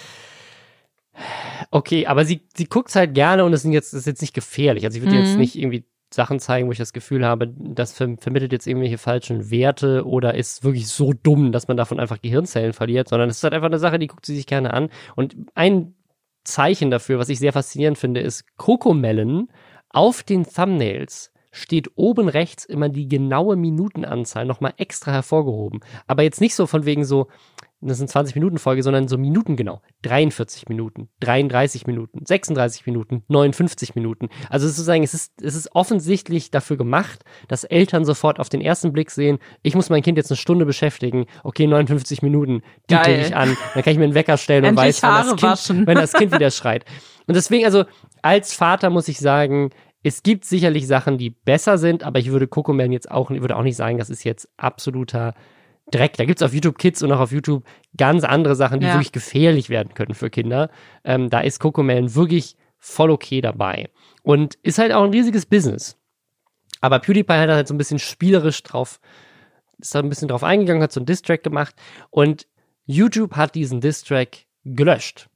okay, aber sie guckt's halt gerne und das ist jetzt nicht gefährlich. Also ich würde jetzt nicht irgendwie Sachen zeigen, wo ich das Gefühl habe, das vermittelt jetzt irgendwelche falschen Werte oder ist wirklich so dumm, dass man davon einfach Gehirnzellen verliert, sondern es ist halt einfach eine Sache, die guckt sie sich gerne an. Und ein Zeichen dafür, was ich sehr faszinierend finde, ist Cocomelon auf den Thumbnails steht oben rechts immer die genaue Minutenanzahl nochmal extra hervorgehoben. Aber jetzt nicht so von wegen so das sind 20-Minuten-Folge, sondern so Minuten genau. 43 Minuten, 33 Minuten, 36 Minuten, 59 Minuten. Also sozusagen, es ist offensichtlich dafür gemacht, dass Eltern sofort auf den ersten Blick sehen, ich muss mein Kind jetzt eine Stunde beschäftigen, okay, 59 Minuten, die klicke ich an, dann kann ich mir einen Wecker stellen und
Endlich
weiß, wenn das Kind wieder schreit. Und deswegen, also als Vater muss ich sagen, es gibt sicherlich Sachen, die besser sind, aber ich würde Cocomelon jetzt würde auch nicht sagen, das ist jetzt absoluter Dreck. Da gibt's auf YouTube Kids und auch auf YouTube ganz andere Sachen, die wirklich gefährlich werden können für Kinder. Da ist Cocomelon wirklich voll okay dabei. Und ist halt auch ein riesiges Business. Aber PewDiePie hat halt so ein bisschen spielerisch ist da ein bisschen drauf eingegangen, hat so einen Diss-Track gemacht. Und YouTube hat diesen Diss-Track gelöscht.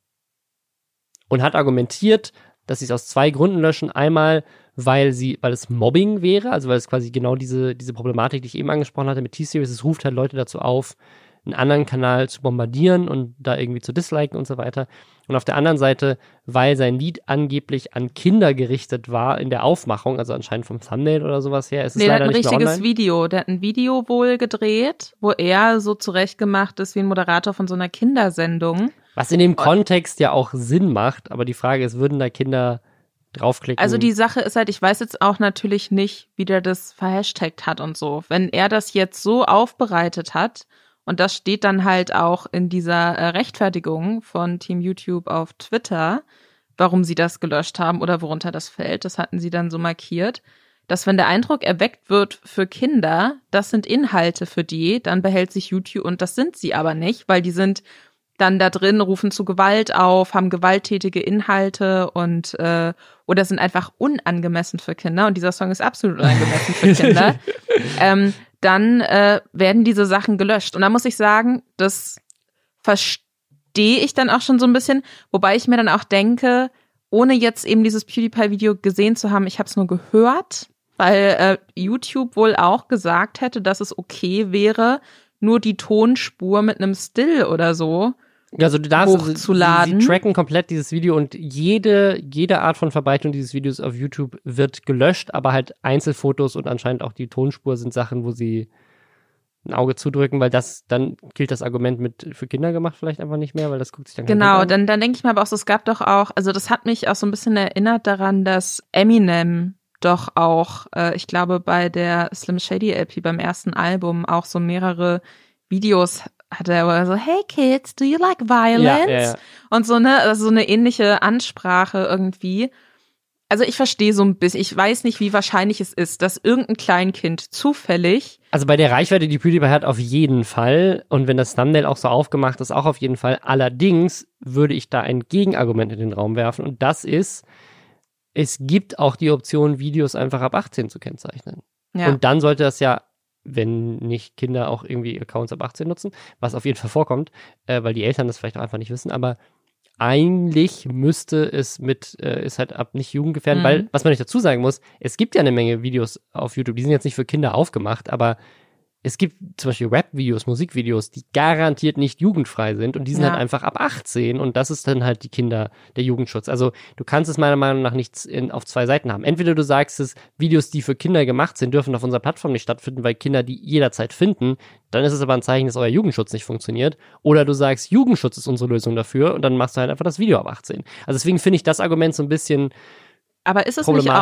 Und hat argumentiert, dass sie es aus 2 Gründen löschen. Einmal, weil es Mobbing wäre, also weil es quasi genau diese Problematik, die ich eben angesprochen hatte mit T-Series, es ruft halt Leute dazu auf, einen anderen Kanal zu bombardieren und da irgendwie zu disliken und so weiter. Und auf der anderen Seite, weil sein Lied angeblich an Kinder gerichtet war in der Aufmachung, also anscheinend vom Thumbnail oder sowas her. Es ist leider nicht mehr online. Der hat ein richtiges
Video. Der hat ein Video wohl gedreht, wo er so zurechtgemacht ist wie ein Moderator von so einer Kindersendung.
Was in dem Kontext ja auch Sinn macht, aber die Frage ist, würden da Kinder draufklicken?
Also die Sache ist halt, ich weiß jetzt auch natürlich nicht, wie der das verhashtagt hat und so. Wenn er das jetzt so aufbereitet hat, und das steht dann halt auch in dieser Rechtfertigung von Team YouTube auf Twitter, warum sie das gelöscht haben oder worunter das fällt, das hatten sie dann so markiert, dass wenn der Eindruck erweckt wird für Kinder, das sind Inhalte für die, dann behält sich YouTube, und das sind sie aber nicht, weil die sind dann da drin, rufen zu Gewalt auf, haben gewalttätige Inhalte und oder sind einfach unangemessen für Kinder, und dieser Song ist absolut unangemessen für Kinder, dann werden diese Sachen gelöscht. Und da muss ich sagen, das verstehe ich dann auch schon so ein bisschen, wobei ich mir dann auch denke, ohne jetzt eben dieses PewDiePie-Video gesehen zu haben, ich habe es nur gehört, weil YouTube wohl auch gesagt hätte, dass es okay wäre, nur die Tonspur mit einem Still oder so
also du darfst
hochzuladen.
Sie tracken komplett dieses Video, und jede Art von Verbreitung dieses Videos auf YouTube wird gelöscht, aber halt Einzelfotos und anscheinend auch die Tonspur sind Sachen, wo sie ein Auge zudrücken, weil dann gilt das Argument mit für Kinder gemacht vielleicht einfach nicht mehr, weil das guckt sich dann
genau, dann denke ich mir aber auch so, es gab doch auch, also das hat mich auch so ein bisschen erinnert daran, dass Eminem doch auch, ich glaube bei der Slim Shady LP beim ersten Album auch so mehrere Videos hatte er so, hey kids, do you like violence? Ja. Und so eine ähnliche Ansprache irgendwie. Also ich verstehe so ein bisschen, ich weiß nicht, wie wahrscheinlich es ist, dass irgendein Kleinkind zufällig.
Also bei der Reichweite, die PewDiePie hat, auf jeden Fall. Und wenn das Thumbnail auch so aufgemacht ist, auch auf jeden Fall. Allerdings würde ich da ein Gegenargument in den Raum werfen. Und das ist, es gibt auch die Option, Videos einfach ab 18 zu kennzeichnen. Ja. Und dann sollte das ja, wenn nicht Kinder auch irgendwie Accounts ab 18 nutzen, was auf jeden Fall vorkommt, weil die Eltern das vielleicht auch einfach nicht wissen, aber eigentlich müsste es ist halt ab nicht jugendgefährdend, weil, was man nicht dazu sagen muss, es gibt ja eine Menge Videos auf YouTube, die sind jetzt nicht für Kinder aufgemacht, aber es gibt zum Beispiel Rap-Videos, Musikvideos, die garantiert nicht jugendfrei sind, und die sind halt einfach ab 18, und das ist dann halt die Kinder, der Jugendschutz. Also du kannst es meiner Meinung nach nicht auf 2 Seiten haben. Entweder du sagst es, Videos, die für Kinder gemacht sind, dürfen auf unserer Plattform nicht stattfinden, weil Kinder die jederzeit finden, dann ist es aber ein Zeichen, dass euer Jugendschutz nicht funktioniert. Oder du sagst, Jugendschutz ist unsere Lösung dafür, und dann machst du halt einfach das Video ab 18. Also deswegen finde ich das Argument so ein bisschen
aber ist es nicht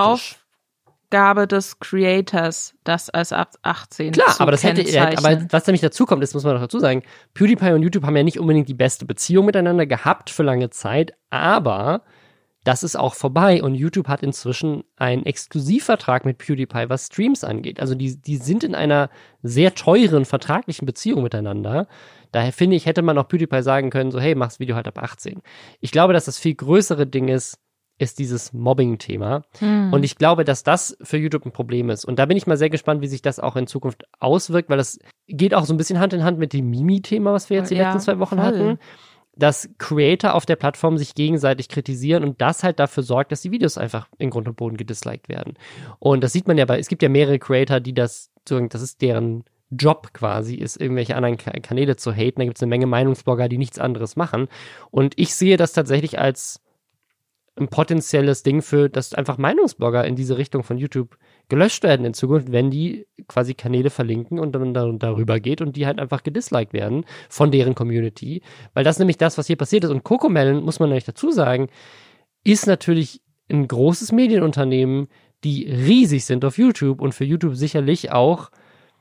Aufgabe des Creators, das als ab 18
klar,
zu
aber das aber was nämlich dazu kommt, das muss man noch dazu sagen, PewDiePie und YouTube haben ja nicht unbedingt die beste Beziehung miteinander gehabt für lange Zeit, aber das ist auch vorbei, und YouTube hat inzwischen einen Exklusivvertrag mit PewDiePie, was Streams angeht. Also die sind in einer sehr teuren vertraglichen Beziehung miteinander. Daher finde ich, hätte man auch PewDiePie sagen können, so hey, mach das Video halt ab 18. Ich glaube, dass das viel größere Ding ist dieses Mobbing-Thema. Und ich glaube, dass das für YouTube ein Problem ist. Und da bin ich mal sehr gespannt, wie sich das auch in Zukunft auswirkt, weil das geht auch so ein bisschen Hand in Hand mit dem Mimi-Thema, was wir jetzt die letzten 2 Wochen hatten, dass Creator auf der Plattform sich gegenseitig kritisieren und das halt dafür sorgt, dass die Videos einfach in Grund und Boden gedisliked werden. Und das sieht man ja es gibt ja mehrere Creator, die das ist deren Job quasi, ist irgendwelche anderen Kanäle zu haten. Da gibt es eine Menge Meinungsblogger, die nichts anderes machen. Und ich sehe das tatsächlich als ein potenzielles Ding für, dass einfach Meinungsblogger in diese Richtung von YouTube gelöscht werden in Zukunft, wenn die quasi Kanäle verlinken und dann darüber geht und die halt einfach gedisliked werden von deren Community. Weil das ist nämlich das, was hier passiert ist. Und Cocomelon, muss man nämlich dazu sagen, ist natürlich ein großes Medienunternehmen, die riesig sind auf YouTube und für YouTube sicherlich auch,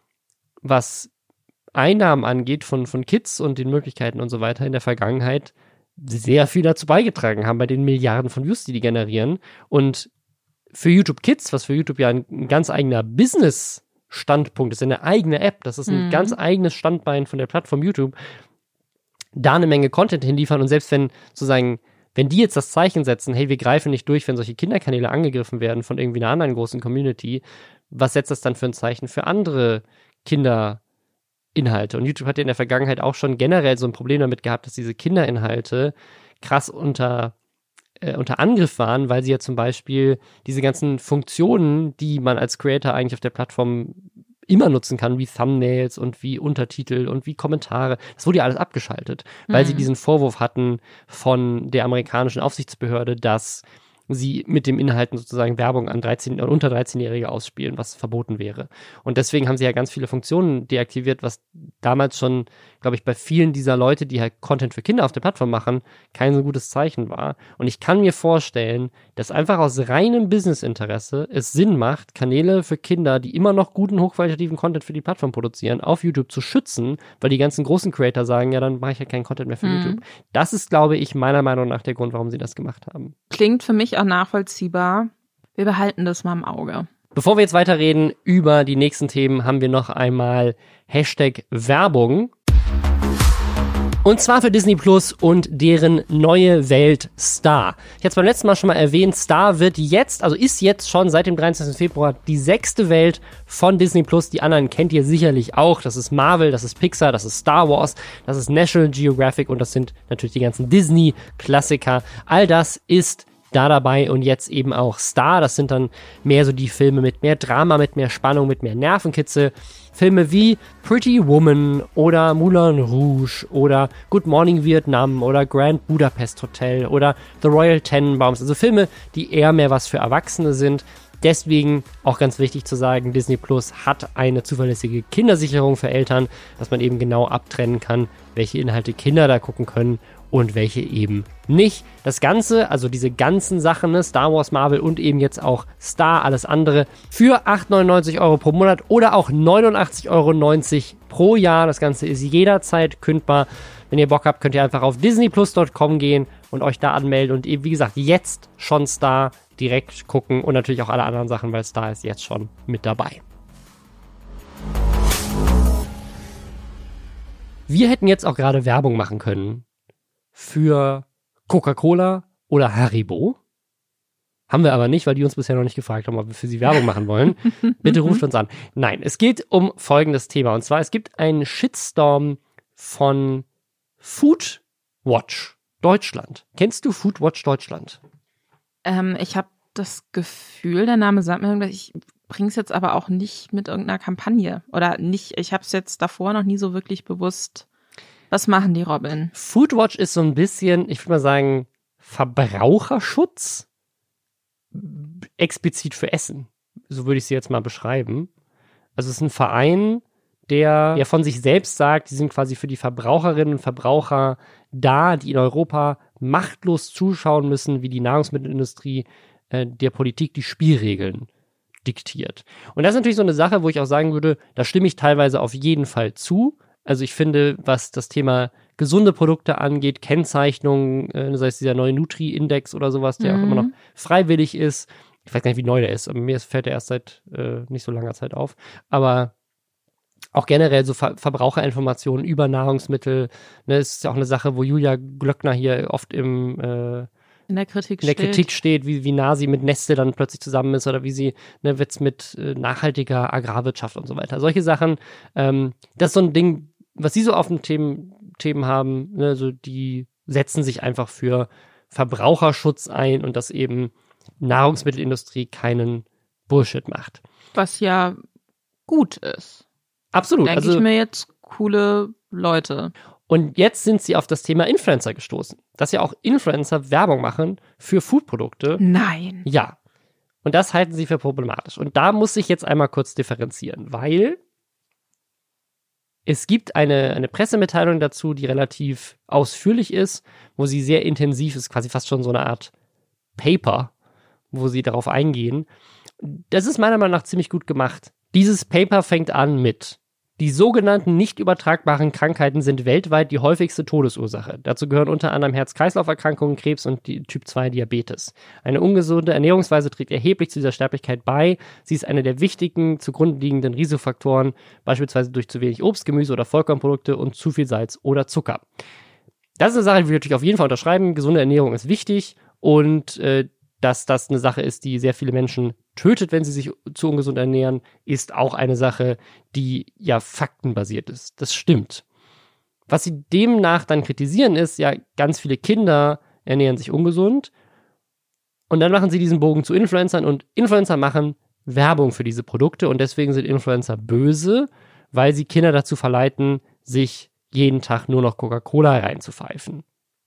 was Einnahmen angeht von Kids und den Möglichkeiten und so weiter in der Vergangenheit sehr viel dazu beigetragen haben bei den Milliarden von Views, die generieren. Und für YouTube Kids, was für YouTube ja ein ganz eigener Business-Standpunkt ist, eine eigene App, das ist ein ganz eigenes Standbein von der Plattform YouTube, da eine Menge Content hinliefern und selbst wenn sozusagen, wenn die jetzt das Zeichen setzen, hey, wir greifen nicht durch, wenn solche Kinderkanäle angegriffen werden von irgendwie einer anderen großen Community, was setzt das dann für ein Zeichen für andere Kinderinhalte? Und YouTube hat ja in der Vergangenheit auch schon generell so ein Problem damit gehabt, dass diese Kinderinhalte krass unter Angriff waren, weil sie ja zum Beispiel diese ganzen Funktionen, die man als Creator eigentlich auf der Plattform immer nutzen kann, wie Thumbnails und wie Untertitel und wie Kommentare, das wurde ja alles abgeschaltet, weil sie diesen Vorwurf hatten von der amerikanischen Aufsichtsbehörde, dass sie mit dem Inhalten sozusagen Werbung an unter 13-Jährige ausspielen, was verboten wäre. Und deswegen haben sie ja ganz viele Funktionen deaktiviert, was damals schon, glaube ich, bei vielen dieser Leute, die halt Content für Kinder auf der Plattform machen, kein so gutes Zeichen war. Und ich kann mir vorstellen, dass einfach aus reinem Businessinteresse es Sinn macht, Kanäle für Kinder, die immer noch guten, hochqualitativen Content für die Plattform produzieren, auf YouTube zu schützen, weil die ganzen großen Creator sagen, ja, dann mache ich ja keinen Content mehr für YouTube. Das ist, glaube ich, meiner Meinung nach der Grund, warum sie das gemacht haben.
Klingt für mich auch nachvollziehbar. Wir behalten das mal im Auge.
Bevor wir jetzt weiterreden über die nächsten Themen, haben wir noch einmal Hashtag-Werbung. Und zwar für Disney Plus und deren neue Welt Star. Ich hatte es beim letzten Mal schon mal erwähnt, Star ist jetzt schon seit dem 23. Februar die 6. Welt von Disney Plus. Die anderen kennt ihr sicherlich auch. Das ist Marvel, das ist Pixar, das ist Star Wars, das ist National Geographic und das sind natürlich die ganzen Disney-Klassiker. All das ist da dabei und jetzt eben auch Star. Das sind dann mehr so die Filme mit mehr Drama, mit mehr Spannung, mit mehr Nervenkitzel. Filme wie Pretty Woman oder Moulin Rouge oder Good Morning Vietnam oder Grand Budapest Hotel oder The Royal Tenenbaums. Also Filme, die eher mehr was für Erwachsene sind. Deswegen auch ganz wichtig zu sagen, Disney Plus hat eine zuverlässige Kindersicherung für Eltern, dass man eben genau abtrennen kann, welche Inhalte Kinder da gucken können und welche eben nicht. Das Ganze, also diese ganzen Sachen, ne, Star Wars, Marvel und eben jetzt auch Star, alles andere, für 8,99 € pro Monat oder auch 89,90 € pro Jahr. Das Ganze ist jederzeit kündbar. Wenn ihr Bock habt, könnt ihr einfach auf disneyplus.com gehen und euch da anmelden und eben, wie gesagt, jetzt schon Star direkt gucken und natürlich auch alle anderen Sachen, weil Star ist jetzt schon mit dabei. Wir hätten jetzt auch gerade Werbung machen können für Coca-Cola oder Haribo. Haben wir aber nicht, weil die uns bisher noch nicht gefragt haben, ob wir für sie Werbung machen wollen. Bitte ruft uns an. Nein, es geht um folgendes Thema. Und zwar, es gibt einen Shitstorm von Foodwatch Deutschland. Kennst du Foodwatch Deutschland?
Ich habe das Gefühl, der Name sagt mir irgendwas, ich bring's jetzt aber auch nicht mit irgendeiner Kampagne. Oder nicht, ich habe es jetzt davor noch nie so wirklich bewusst. Was machen die, Robin?
Foodwatch ist so ein bisschen, ich würde mal sagen, Verbraucherschutz, explizit für Essen. So würde ich sie jetzt mal beschreiben. Also es ist ein Verein, der von sich selbst sagt, die sind quasi für die Verbraucherinnen und Verbraucher da, die in Europa machtlos zuschauen müssen, wie die Nahrungsmittelindustrie der Politik die Spielregeln diktiert. Und das ist natürlich so eine Sache, wo ich auch sagen würde, da stimme ich teilweise auf jeden Fall zu. Also ich finde, was das Thema gesunde Produkte angeht, Kennzeichnung, sei es dieser neue Nutri-Index oder sowas, der auch immer noch freiwillig ist. Ich weiß gar nicht, wie neu der ist, aber mir fällt der erst seit nicht so langer Zeit auf. Aber auch generell so Verbraucherinformationen über Nahrungsmittel, ne, ist ja auch eine Sache, wo Julia Glöckner hier oft in der Kritik steht, wie nah sie mit Nestle dann plötzlich zusammen ist oder wie sie jetzt mit nachhaltiger Agrarwirtschaft und so weiter. Solche Sachen, das ist so ein Ding, was sie so auf den Themen haben, ne, so die setzen sich einfach für Verbraucherschutz ein und dass eben Nahrungsmittelindustrie keinen Bullshit macht.
Was ja gut ist.
Absolut.
Denke ich mir jetzt coole Leute.
Und jetzt sind sie auf das Thema Influencer gestoßen. Dass ja auch Influencer Werbung machen für Foodprodukte.
Nein.
Ja. Und das halten sie für problematisch. Und da muss ich jetzt einmal kurz differenzieren, weil es gibt eine Pressemitteilung dazu, die relativ ausführlich ist, wo sie sehr intensiv ist, quasi fast schon so eine Art Paper, wo sie darauf eingehen. Das ist meiner Meinung nach ziemlich gut gemacht. Dieses Paper fängt an mit: Die sogenannten nicht übertragbaren Krankheiten sind weltweit die häufigste Todesursache. Dazu gehören unter anderem Herz-Kreislauf-Erkrankungen, Krebs und die Typ-2-Diabetes. Eine ungesunde Ernährungsweise trägt erheblich zu dieser Sterblichkeit bei. Sie ist eine der wichtigen zugrunde liegenden Risikofaktoren, beispielsweise durch zu wenig Obst, Gemüse oder Vollkornprodukte und zu viel Salz oder Zucker. Das ist eine Sache, die wir natürlich auf jeden Fall unterschreiben. Gesunde Ernährung ist wichtig und dass das eine Sache ist, die sehr viele Menschen tötet, wenn sie sich zu ungesund ernähren, ist auch eine Sache, die ja faktenbasiert ist. Das stimmt. Was sie demnach dann kritisieren, ist ja, ganz viele Kinder ernähren sich ungesund und dann machen sie diesen Bogen zu Influencern und Influencer machen Werbung für diese Produkte und deswegen sind Influencer böse, weil sie Kinder dazu verleiten, sich jeden Tag nur noch Coca-Cola reinzupfeifen.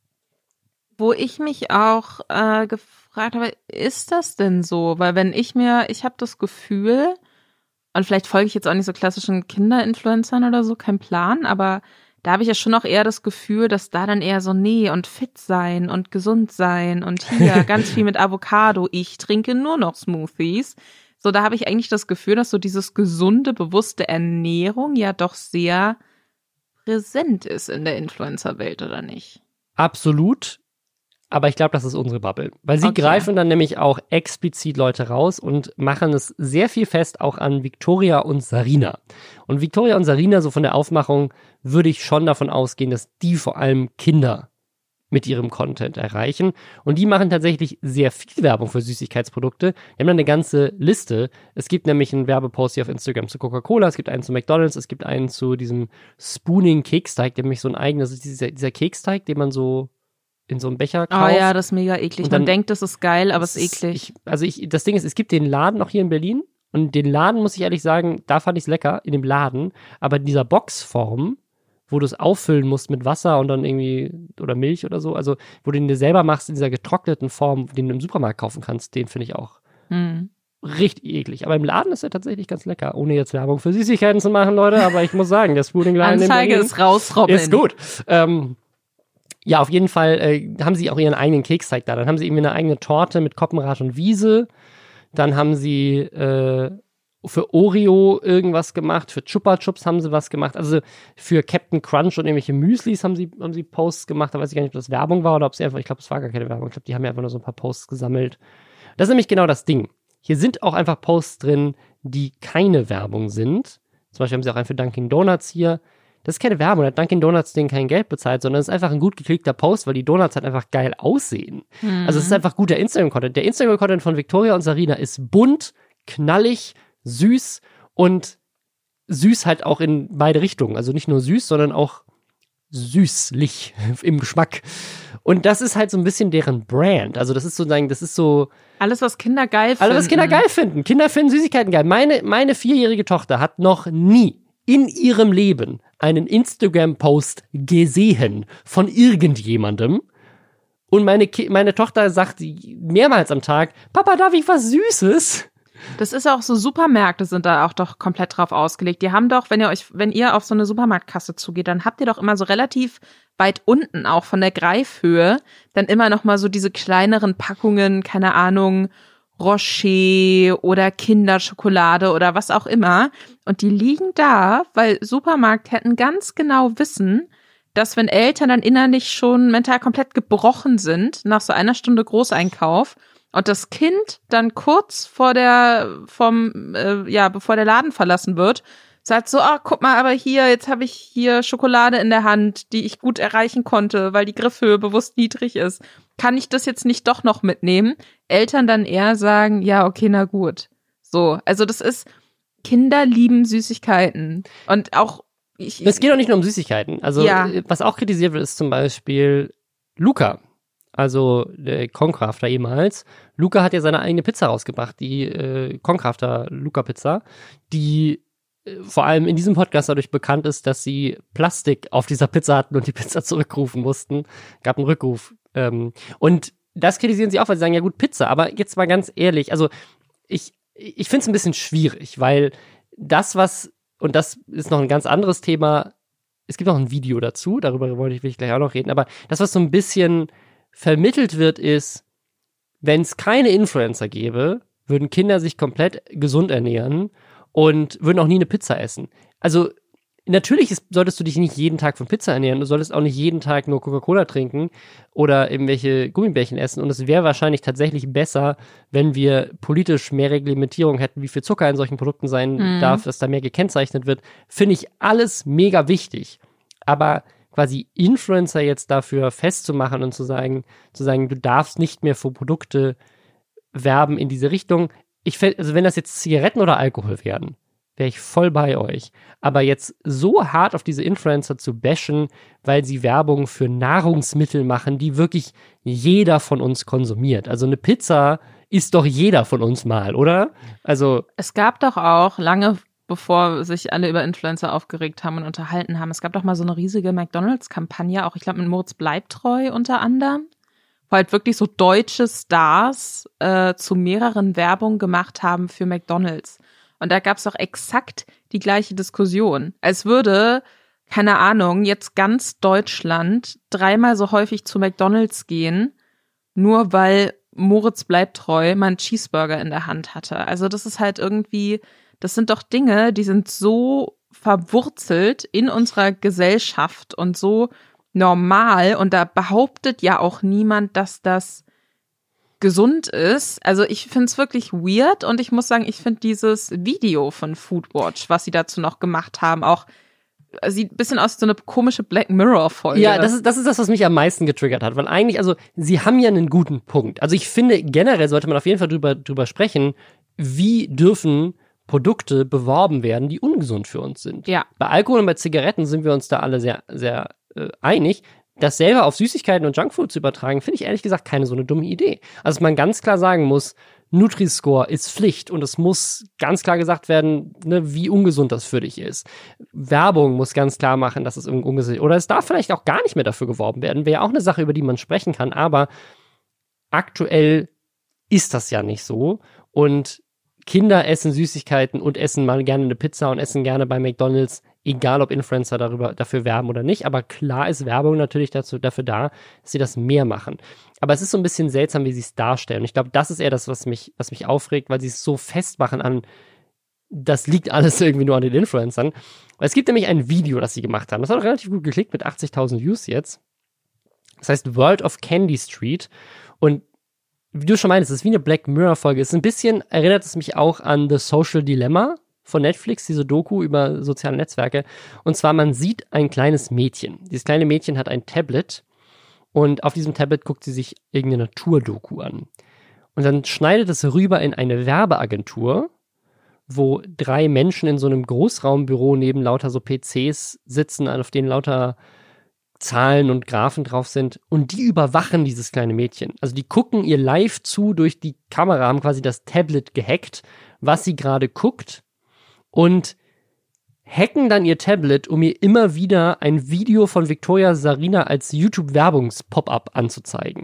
Wo ich mich auch gefragt habe, ist das denn so? Weil ich habe das Gefühl, und vielleicht folge ich jetzt auch nicht so klassischen Kinderinfluencern oder so, kein Plan, aber da habe ich ja schon auch eher das Gefühl, dass da dann eher so, nee, und fit sein und gesund sein und hier ganz viel mit Avocado, ich trinke nur noch Smoothies. So, da habe ich eigentlich das Gefühl, dass so dieses gesunde, bewusste Ernährung ja doch sehr präsent ist in der Influencer-Welt, oder nicht?
Absolut. Aber ich glaube, das ist unsere Bubble. Weil sie greifen dann nämlich auch explizit Leute raus und machen es sehr viel fest auch an Victoria und Sarina. Und Victoria und Sarina, so von der Aufmachung, würde ich schon davon ausgehen, dass die vor allem Kinder mit ihrem Content erreichen. Und die machen tatsächlich sehr viel Werbung für Süßigkeitsprodukte. Die haben dann eine ganze Liste. Es gibt nämlich einen Werbepost hier auf Instagram zu Coca-Cola, es gibt einen zu McDonald's, es gibt einen zu diesem Spooning-Keksteig, der nämlich so ein eigenes, das ist dieser Keksteig, den man so in so einem Becher kauft.
Oh ja, das ist mega eklig. Man denkt, das ist geil, aber es ist eklig.
Das Ding ist, es gibt den Laden auch hier in Berlin und den Laden, muss ich ehrlich sagen, da fand ich es lecker, in dem Laden, aber in dieser Boxform, wo du es auffüllen musst mit Wasser und dann irgendwie, oder Milch oder so, also wo du den dir selber machst in dieser getrockneten Form, den du im Supermarkt kaufen kannst, den finde ich auch richtig eklig. Aber im Laden ist er tatsächlich ganz lecker, ohne jetzt Werbung für Süßigkeiten zu machen, Leute, aber ich muss sagen, der Spooning-Laden in Berlin
ist raus, Robin.
Ist gut. Ja, auf jeden Fall haben sie auch ihren eigenen Keksteig da. Dann haben sie irgendwie eine eigene Torte mit Koppenrad und Wiese. Dann haben sie für Oreo irgendwas gemacht. Für Chupa Chups haben sie was gemacht. Also für Captain Crunch und irgendwelche Müslis haben sie Posts gemacht. Da weiß ich gar nicht, ob das Werbung war oder ob sie einfach, ich glaube, es war gar keine Werbung. Ich glaube, die haben ja einfach nur so ein paar Posts gesammelt. Das ist nämlich genau das Ding. Hier sind auch einfach Posts drin, die keine Werbung sind. Zum Beispiel haben sie auch einen für Dunkin' Donuts hier. Das ist keine Werbung, da hat Dunkin' Donuts denen kein Geld bezahlt, sondern es ist einfach ein gut geklickter Post, weil die Donuts halt einfach geil aussehen. Also es ist einfach guter Instagram-Content. Der Instagram-Content von Victoria und Sarina ist bunt, knallig, süß und süß halt auch in beide Richtungen. Also nicht nur süß, sondern auch süßlich im Geschmack. Und das ist halt so ein bisschen deren Brand. Also das ist so
alles, was Kinder geil finden.
Alles, was Kinder geil finden. Kinder finden Süßigkeiten geil. Meine 4-jährige Tochter hat noch nie in ihrem Leben einen Instagram-Post gesehen von irgendjemandem. Und meine Tochter sagt mehrmals am Tag, Papa, darf ich was Süßes?
Das ist auch so, Supermärkte sind da auch doch komplett drauf ausgelegt. Die haben doch, wenn ihr auf so eine Supermarktkasse zugeht, dann habt ihr doch immer so relativ weit unten auch von der Greifhöhe dann immer noch mal so diese kleineren Packungen, keine Ahnung, Rocher oder Kinderschokolade oder was auch immer. Und die liegen da, weil Supermarktketten ganz genau wissen, dass wenn Eltern dann innerlich schon mental komplett gebrochen sind, nach so einer Stunde Großeinkauf, und das Kind dann kurz bevor der Laden verlassen wird, sagt so, guck mal, aber hier, jetzt habe ich hier Schokolade in der Hand, die ich gut erreichen konnte, weil die Griffhöhe bewusst niedrig ist. Kann ich das jetzt nicht doch noch mitnehmen? Eltern dann eher sagen, ja, okay, na gut. So, also das ist, Kinder lieben Süßigkeiten. Und auch
es geht auch nicht nur um Süßigkeiten. Also, was auch kritisiert wird, ist zum Beispiel Luca. Also der Concrafter ehemals. Luca hat ja seine eigene Pizza rausgebracht, die Concrafter Luca Pizza, die vor allem in diesem Podcast dadurch bekannt ist, dass sie Plastik auf dieser Pizza hatten und die Pizza zurückrufen mussten. Gab einen Rückruf. Und das kritisieren sie auch, weil sie sagen, ja gut, Pizza. Aber jetzt mal ganz ehrlich, also ich finde es ein bisschen schwierig, weil und das ist noch ein ganz anderes Thema, es gibt noch ein Video dazu, darüber will ich gleich auch noch reden, aber das, was so ein bisschen vermittelt wird, ist, wenn es keine Influencer gäbe, würden Kinder sich komplett gesund ernähren und würden auch nie eine Pizza essen. Also natürlich solltest du dich nicht jeden Tag von Pizza ernähren, du solltest auch nicht jeden Tag nur Coca-Cola trinken oder irgendwelche Gummibärchen essen, und es wäre wahrscheinlich tatsächlich besser, wenn wir politisch mehr Reglementierung hätten, wie viel Zucker in solchen Produkten sein darf, dass da mehr gekennzeichnet wird. Finde ich alles mega wichtig. Aber quasi Influencer jetzt dafür festzumachen und zu sagen, du darfst nicht mehr für Produkte werben in diese Richtung. Also wenn das jetzt Zigaretten oder Alkohol werden, wäre ich voll bei euch. Aber jetzt so hart auf diese Influencer zu bashen, weil sie Werbung für Nahrungsmittel machen, die wirklich jeder von uns konsumiert. Also eine Pizza isst doch jeder von uns mal, oder? Also
es gab doch auch lange, bevor sich alle über Influencer aufgeregt haben und unterhalten haben, es gab doch mal so eine riesige McDonalds-Kampagne, auch ich glaube mit Moritz Bleibtreu unter anderem, wo halt wirklich so deutsche Stars zu mehreren Werbungen gemacht haben für McDonalds. Und da gab es auch exakt die gleiche Diskussion. Als würde, keine Ahnung, jetzt ganz Deutschland 3-mal so häufig zu McDonalds gehen, nur weil Moritz Bleibtreu mal einen Cheeseburger in der Hand hatte. Also das ist halt irgendwie, das sind doch Dinge, die sind so verwurzelt in unserer Gesellschaft und so normal. Und da behauptet ja auch niemand, dass das gesund ist. Also ich finde es wirklich weird, und ich muss sagen, ich finde dieses Video von Foodwatch, was sie dazu noch gemacht haben, auch sieht ein bisschen aus wie so eine komische Black Mirror-Folge.
Ja, das ist das, was mich am meisten getriggert hat, weil eigentlich, also sie haben ja einen guten Punkt. Also ich finde, generell sollte man auf jeden Fall drüber sprechen, wie dürfen Produkte beworben werden, die ungesund für uns sind.
Ja.
Bei Alkohol und bei Zigaretten sind wir uns da alle sehr, sehr einig. Das selber auf Süßigkeiten und Junkfood zu übertragen, finde ich ehrlich gesagt keine so eine dumme Idee. Also dass man ganz klar sagen muss, Nutri-Score ist Pflicht, und es muss ganz klar gesagt werden, ne, wie ungesund das für dich ist. Werbung muss ganz klar machen, dass es irgendwie ungesund ist. Oder es darf vielleicht auch gar nicht mehr dafür geworben werden. Wäre auch eine Sache, über die man sprechen kann. Aber aktuell ist das ja nicht so. Und Kinder essen Süßigkeiten und essen mal gerne eine Pizza und essen gerne bei McDonald's, egal ob Influencer dafür werben oder nicht. Aber klar ist Werbung natürlich dafür da, dass sie das mehr machen. Aber es ist so ein bisschen seltsam, wie sie es darstellen. Und ich glaube, das ist eher das, was mich aufregt, weil sie es so festmachen an, das liegt alles irgendwie nur an den Influencern. Weil es gibt nämlich ein Video, das sie gemacht haben. Das hat auch relativ gut geklickt mit 80.000 Views jetzt. Das heißt World of Candy Street. Und wie du schon meinst, es ist wie eine Black Mirror-Folge. Es ist ein bisschen, erinnert es mich auch an The Social Dilemma von Netflix, diese Doku über soziale Netzwerke. Und zwar, man sieht ein kleines Mädchen. Dieses kleine Mädchen hat ein Tablet, und auf diesem Tablet guckt sie sich irgendeine Naturdoku an. Und dann schneidet es rüber in eine Werbeagentur, wo 3 Menschen in so einem Großraumbüro neben lauter so PCs sitzen, auf denen lauter Zahlen und Graphen drauf sind, und die überwachen dieses kleine Mädchen. Also die gucken ihr live zu durch die Kamera, haben quasi das Tablet gehackt, was sie gerade guckt, und hacken dann ihr Tablet, um ihr immer wieder ein Video von Victoria Sarina als YouTube-Werbungs-Pop-up anzuzeigen.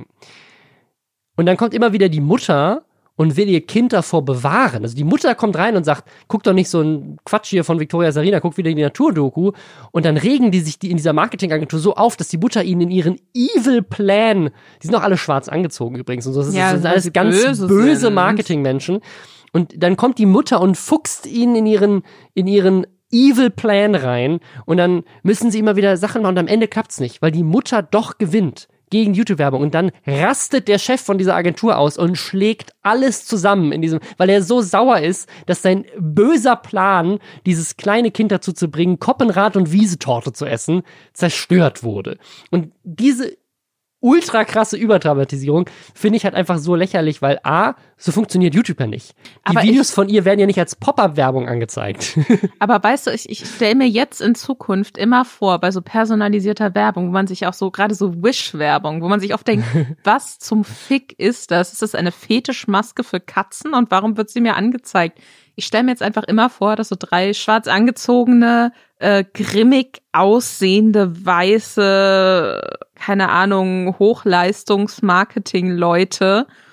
Und dann kommt immer wieder die Mutter und will ihr Kind davor bewahren. Also die Mutter kommt rein und sagt, guck doch nicht so ein Quatsch hier von Victoria Sarina, guck wieder in die Naturdoku. Und dann regen die sich in dieser Marketingagentur so auf, dass die Mutter ihnen in ihren Evil Plan, die sind auch alle schwarz angezogen übrigens und so, das sind alles ganz böse Marketingmenschen. Und dann kommt die Mutter und fuchst ihnen in ihren Evil Plan rein, und dann müssen sie immer wieder Sachen machen, und am Ende klappt's nicht, weil die Mutter doch gewinnt gegen YouTube-Werbung, und dann rastet der Chef von dieser Agentur aus und schlägt alles zusammen weil er so sauer ist, dass sein böser Plan, dieses kleine Kind dazu zu bringen, Koppenrad und Wiesetorte zu essen, zerstört wurde. Und diese ultra krasse Überdramatisierung finde ich halt einfach so lächerlich, weil so funktioniert YouTube ja nicht. Die Videos von ihr werden ja nicht als Pop-up-Werbung angezeigt. Aber
weißt du, ich stelle mir jetzt in Zukunft immer vor, bei so personalisierter Werbung, wo man sich auch so, gerade so Wish-Werbung, wo man sich oft denkt, was zum Fick ist das? Ist das eine Fetischmaske für Katzen, und warum wird sie mir angezeigt? Ich stelle mir jetzt einfach immer vor, dass so 3 schwarz angezogene, grimmig aussehende, weiße, keine Ahnung, Hochleistungs-Marketing-Leute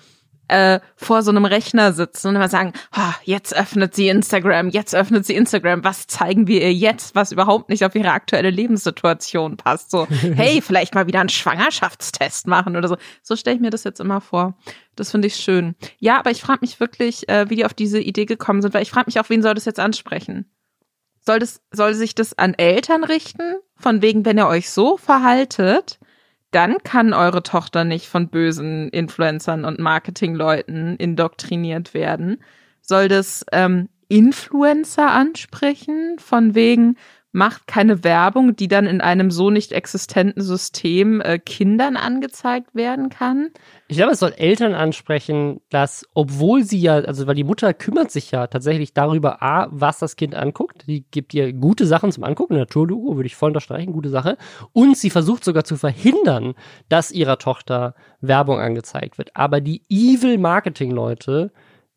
vor so einem Rechner sitzen und immer sagen, jetzt öffnet sie Instagram, was zeigen wir ihr jetzt, was überhaupt nicht auf ihre aktuelle Lebenssituation passt. So, hey, vielleicht mal wieder einen Schwangerschaftstest machen oder so. So stelle ich mir das jetzt immer vor. Das finde ich schön. Ja, aber ich frage mich wirklich, wie die auf diese Idee gekommen sind, weil ich frage mich auch, wen soll das jetzt ansprechen? Soll sich das an Eltern richten? Von wegen, wenn ihr euch so verhaltet, dann kann eure Tochter nicht von bösen Influencern und Marketingleuten indoktriniert werden. Soll das Influencer ansprechen? Von wegen, macht keine Werbung, die dann in einem so nicht existenten System Kindern angezeigt werden kann?
Ich glaube, es soll Eltern ansprechen, dass, obwohl sie ja, also weil die Mutter kümmert sich ja tatsächlich darüber, was das Kind anguckt. Die gibt ihr gute Sachen zum Angucken, Naturdoku, würde ich voll unterstreichen, gute Sache. Und sie versucht sogar zu verhindern, dass ihrer Tochter Werbung angezeigt wird. Aber die evil Marketing-Leute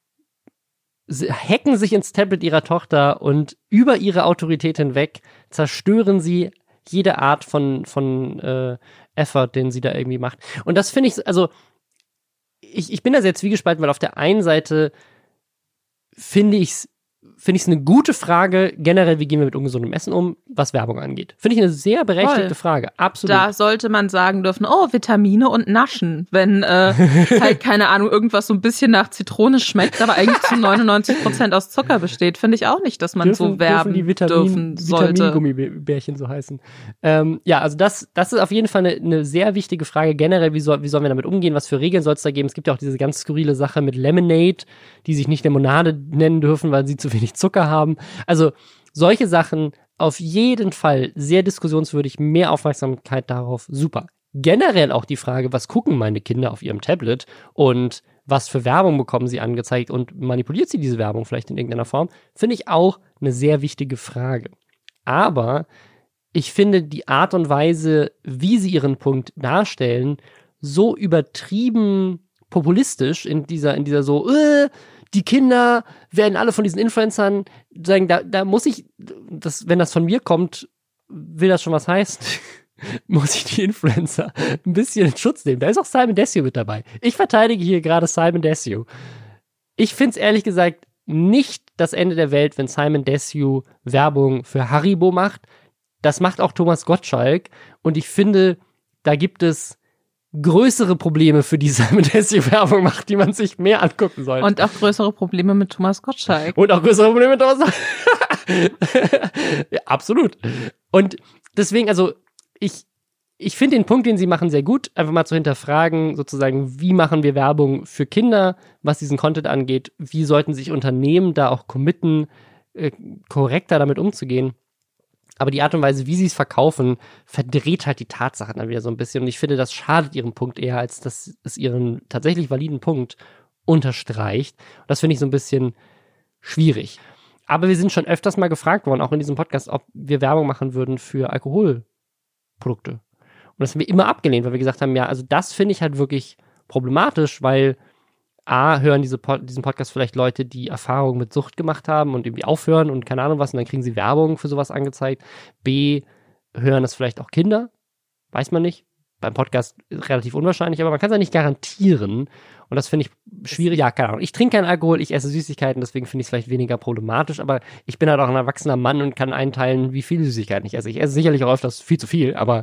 hacken sich ins Tablet ihrer Tochter und über ihre Autorität hinweg zerstören sie jede Art von Effort, den sie da irgendwie macht. Und das finde ich, also ich bin da sehr zwiegespalten, weil auf der einen Seite finde ich es eine gute Frage, generell, wie gehen wir mit ungesundem Essen um, was Werbung angeht. Finde ich eine sehr berechtigte Frage, absolut.
Da sollte man sagen dürfen, Vitamine und Naschen, wenn halt, keine Ahnung, irgendwas so ein bisschen nach Zitrone schmeckt, aber eigentlich zu 99% aus Zucker besteht, finde ich auch nicht, dass man so werben dürfen sollte.
Vitamin-Gummibärchen so heißen. Ja, also das ist auf jeden Fall eine sehr wichtige Frage, generell, wie sollen wir damit umgehen, was für Regeln soll es da geben? Es gibt ja auch diese ganz skurrile Sache mit Lemonade, die sich nicht Limonade nennen dürfen, weil sie zu wenig Zucker haben. Also solche Sachen auf jeden Fall sehr diskussionswürdig, mehr Aufmerksamkeit darauf, super. Generell auch die Frage, was gucken meine Kinder auf ihrem Tablet und was für Werbung bekommen sie angezeigt und manipuliert sie diese Werbung vielleicht in irgendeiner Form, finde ich auch eine sehr wichtige Frage. Aber ich finde die Art und Weise, wie sie ihren Punkt darstellen, so übertrieben populistisch in dieser so, die Kinder werden alle von diesen Influencern sagen, da muss ich, wenn das von mir kommt, will das schon was heißen, muss ich die Influencer ein bisschen in Schutz nehmen. Da ist auch Simon Desue mit dabei. Ich verteidige hier gerade Simon Desue. Ich finde es ehrlich gesagt nicht das Ende der Welt, wenn Simon Desue Werbung für Haribo macht. Das macht auch Thomas Gottschalk. Und ich finde, da gibt es größere Probleme, für die Simon Desue Werbung macht, die man sich mehr angucken sollte.
Und auch größere Probleme mit Thomas Gottschalk.
Ja, absolut. Und deswegen, also ich finde den Punkt, den sie machen, sehr gut, einfach mal zu hinterfragen, sozusagen, wie machen wir Werbung für Kinder, was diesen Content angeht, wie sollten sich Unternehmen da auch committen, korrekter damit umzugehen. Aber die Art und Weise, wie sie es verkaufen, verdreht halt die Tatsachen dann wieder so ein bisschen. Und ich finde, das schadet ihrem Punkt eher, als dass es ihren tatsächlich validen Punkt unterstreicht. Und das finde ich so ein bisschen schwierig. Aber wir sind schon öfters mal gefragt worden, auch in diesem Podcast, ob wir Werbung machen würden für Alkoholprodukte. Und das haben wir immer abgelehnt, weil wir gesagt haben, ja, also das finde ich halt wirklich problematisch, weil hören diesen Podcast vielleicht Leute, die Erfahrungen mit Sucht gemacht haben und irgendwie aufhören und keine Ahnung was, und dann kriegen sie Werbung für sowas angezeigt. B, hören das vielleicht auch Kinder, weiß man nicht. Beim Podcast relativ unwahrscheinlich, aber man kann es ja nicht garantieren. Und das finde ich schwierig. Ja, keine Ahnung. Ich trinke keinen Alkohol, ich esse Süßigkeiten, deswegen finde ich es vielleicht weniger problematisch, aber ich bin halt auch ein erwachsener Mann und kann einteilen, wie viele Süßigkeiten ich esse. Ich esse sicherlich auch öfters viel zu viel, aber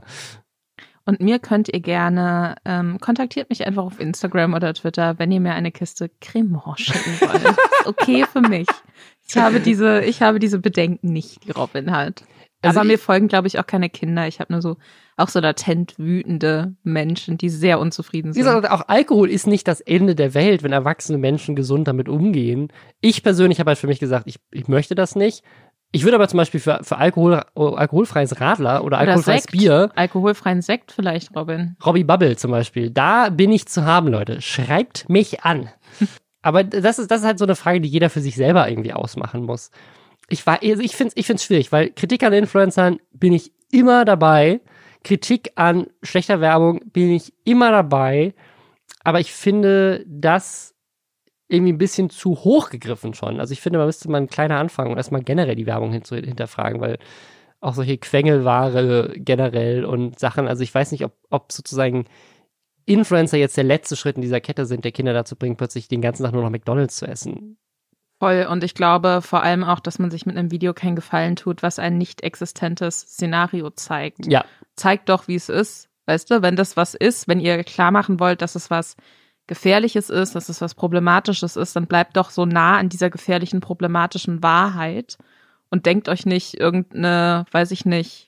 und mir könnt ihr gerne, kontaktiert mich einfach auf Instagram oder Twitter, wenn ihr mir eine Kiste Cremant schicken wollt. Ist okay für mich. Ich habe diese Bedenken nicht, die Robin hat. Also aber mir folgen, glaube ich, auch keine Kinder. Ich habe nur so latent wütende Menschen, die sehr unzufrieden sind.
Wie gesagt, auch Alkohol ist nicht das Ende der Welt, wenn erwachsene Menschen gesund damit umgehen. Ich persönlich habe halt für mich gesagt, ich möchte das nicht. Ich würde aber zum Beispiel für alkoholfreies Radler oder alkoholfreies Bier.
Alkoholfreien Sekt vielleicht, Robin.
Robbie Bubble zum Beispiel. Da bin ich zu haben, Leute. Schreibt mich an. Aber das ist halt so eine Frage, die jeder für sich selber irgendwie ausmachen muss. Ich find's schwierig, weil Kritik an Influencern bin ich immer dabei. Kritik an schlechter Werbung bin ich immer dabei. Aber ich finde, das irgendwie ein bisschen zu hoch gegriffen schon. Also ich finde, man müsste mal kleiner anfangen und erstmal generell die Werbung hinterfragen, weil auch solche Quengelware generell und Sachen, also ich weiß nicht, ob sozusagen Influencer jetzt der letzte Schritt in dieser Kette sind, der Kinder dazu bringt, plötzlich den ganzen Tag nur noch McDonald's zu essen.
Voll. Und ich glaube vor allem auch, dass man sich mit einem Video keinen Gefallen tut, was ein nicht existentes Szenario zeigt.
Ja.
Zeigt doch, wie es ist. Weißt du, wenn das was ist, wenn ihr klar machen wollt, dass es was Gefährliches ist, dass es was Problematisches ist, dann bleibt doch so nah an dieser gefährlichen, problematischen Wahrheit und denkt euch nicht irgendeine, weiß ich nicht,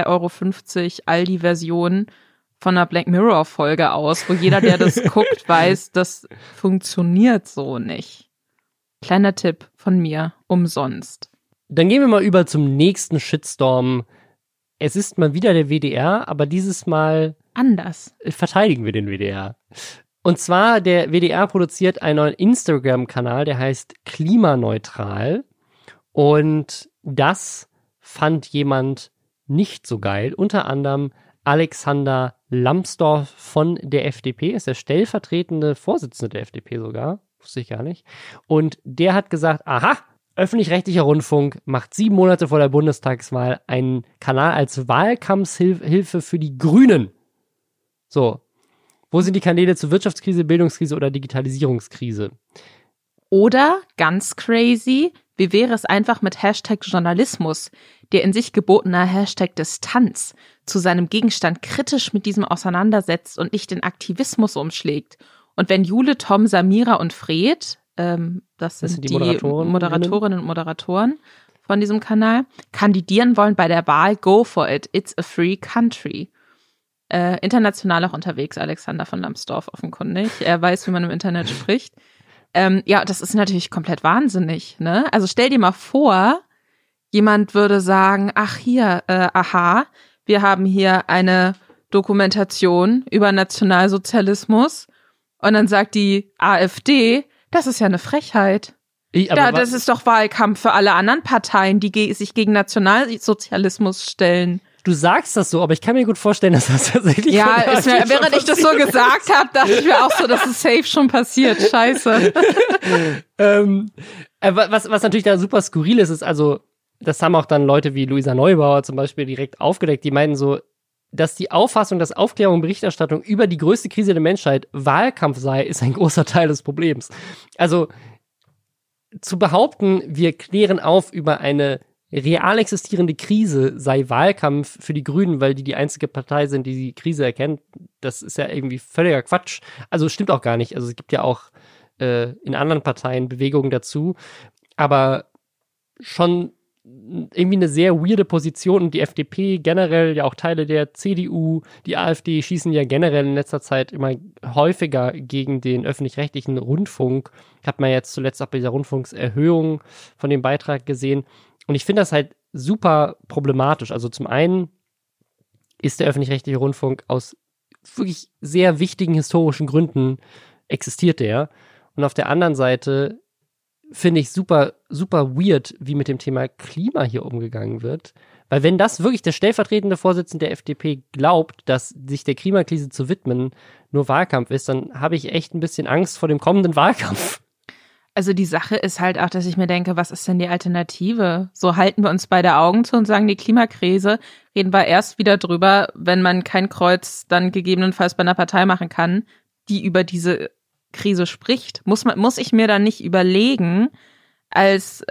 3,50 € Aldi-Version von einer Black Mirror-Folge aus, wo jeder, der das guckt, weiß, das funktioniert so nicht. Kleiner Tipp von mir, umsonst.
Dann gehen wir mal über zum nächsten Shitstorm. Es ist mal wieder der WDR, aber dieses Mal
anders
verteidigen wir den WDR. Und zwar, der WDR produziert einen neuen Instagram-Kanal, der heißt Klimaneutral. Und das fand jemand nicht so geil. Unter anderem Alexander Lambsdorff von der FDP, ist der stellvertretende Vorsitzende der FDP sogar. Wusste ich gar nicht. Und der hat gesagt, aha, öffentlich-rechtlicher Rundfunk macht 7 Monate vor der Bundestagswahl einen Kanal als Wahlkampfhilfe für die Grünen. So. Wo sind die Kanäle zur Wirtschaftskrise, Bildungskrise oder Digitalisierungskrise?
Oder, ganz crazy, wie wäre es einfach mit #Journalismus, der in sich gebotener #Distanz zu seinem Gegenstand kritisch mit diesem auseinandersetzt und nicht den Aktivismus umschlägt. Und wenn Jule, Tom, Samira und Fred, das sind die Moderatorinnen und Moderatoren von diesem Kanal, kandidieren wollen bei der Wahl, go for it, it's a free country. International auch unterwegs, Alexander von Lambsdorff offenkundig. Er weiß, wie man im Internet spricht. Ja, das ist natürlich komplett wahnsinnig, ne? Also stell dir mal vor, jemand würde sagen, ach hier, aha, wir haben hier eine Dokumentation über Nationalsozialismus und dann sagt die AfD, das ist ja eine Frechheit. Das ist doch Wahlkampf für alle anderen Parteien, die sich gegen Nationalsozialismus stellen.
Du sagst das so, aber ich kann mir gut vorstellen, dass das tatsächlich
während ich das so gesagt habe, dachte ich mir auch so, das ist safe schon passiert. Scheiße.
Was natürlich da super skurril ist, also, das haben auch dann Leute wie Luisa Neubauer zum Beispiel direkt aufgedeckt, die meinen so, dass die Auffassung, dass Aufklärung und Berichterstattung über die größte Krise der Menschheit Wahlkampf sei, ist ein großer Teil des Problems. Also, zu behaupten, wir klären auf über eine real existierende Krise sei Wahlkampf für die Grünen, weil die einzige Partei sind, die die Krise erkennt, das ist ja irgendwie völliger Quatsch. Also stimmt auch gar nicht. Also es gibt ja auch in anderen Parteien Bewegungen dazu, aber schon irgendwie eine sehr weirde Position und die FDP generell, ja auch Teile der CDU, die AfD schießen ja generell in letzter Zeit immer häufiger gegen den öffentlich-rechtlichen Rundfunk. Hat man jetzt zuletzt auch bei dieser Rundfunkserhöhung von dem Beitrag gesehen. Und ich finde das halt super problematisch. Also zum einen ist der öffentlich-rechtliche Rundfunk aus wirklich sehr wichtigen historischen Gründen existiert der. Und auf der anderen Seite finde ich super, super weird, wie mit dem Thema Klima hier umgegangen wird. Weil wenn das wirklich der stellvertretende Vorsitzende der FDP glaubt, dass sich der Klimakrise zu widmen nur Wahlkampf ist, dann habe ich echt ein bisschen Angst vor dem kommenden Wahlkampf.
Also die Sache ist halt auch, dass ich mir denke, was ist denn die Alternative? So halten wir uns beide Augen zu und sagen, die Klimakrise, reden wir erst wieder drüber, wenn man kein Kreuz dann gegebenenfalls bei einer Partei machen kann, die über diese Krise spricht. Muss ich mir dann nicht überlegen, als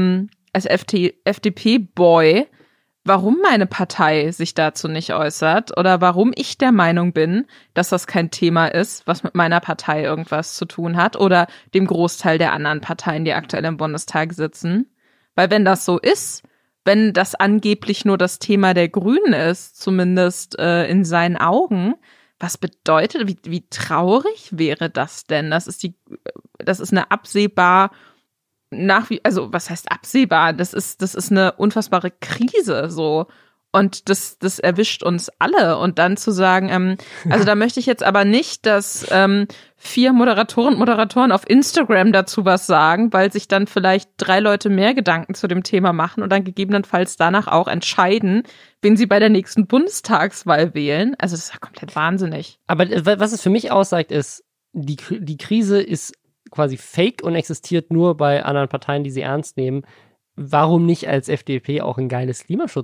FDP-Boy, warum meine Partei sich dazu nicht äußert oder warum ich der Meinung bin, dass das kein Thema ist, was mit meiner Partei irgendwas zu tun hat oder dem Großteil der anderen Parteien, die aktuell im Bundestag sitzen. Weil wenn das so ist, wenn das angeblich nur das Thema der Grünen ist, zumindest in seinen Augen, was bedeutet, wie traurig wäre das denn? Das ist eine absehbar also was heißt absehbar? Das ist eine unfassbare Krise so und das erwischt uns alle und dann zu sagen, also da möchte ich jetzt aber nicht, dass 4 Moderatorinnen und Moderatoren auf Instagram dazu was sagen, weil sich dann vielleicht 3 Leute mehr Gedanken zu dem Thema machen und dann gegebenenfalls danach auch entscheiden, wen sie bei der nächsten Bundestagswahl wählen. Also das ist ja komplett wahnsinnig.
Aber was es für mich aussagt, ist, die Krise ist quasi fake und existiert nur bei anderen Parteien, die sie ernst nehmen. Warum nicht als FDP auch ein geiles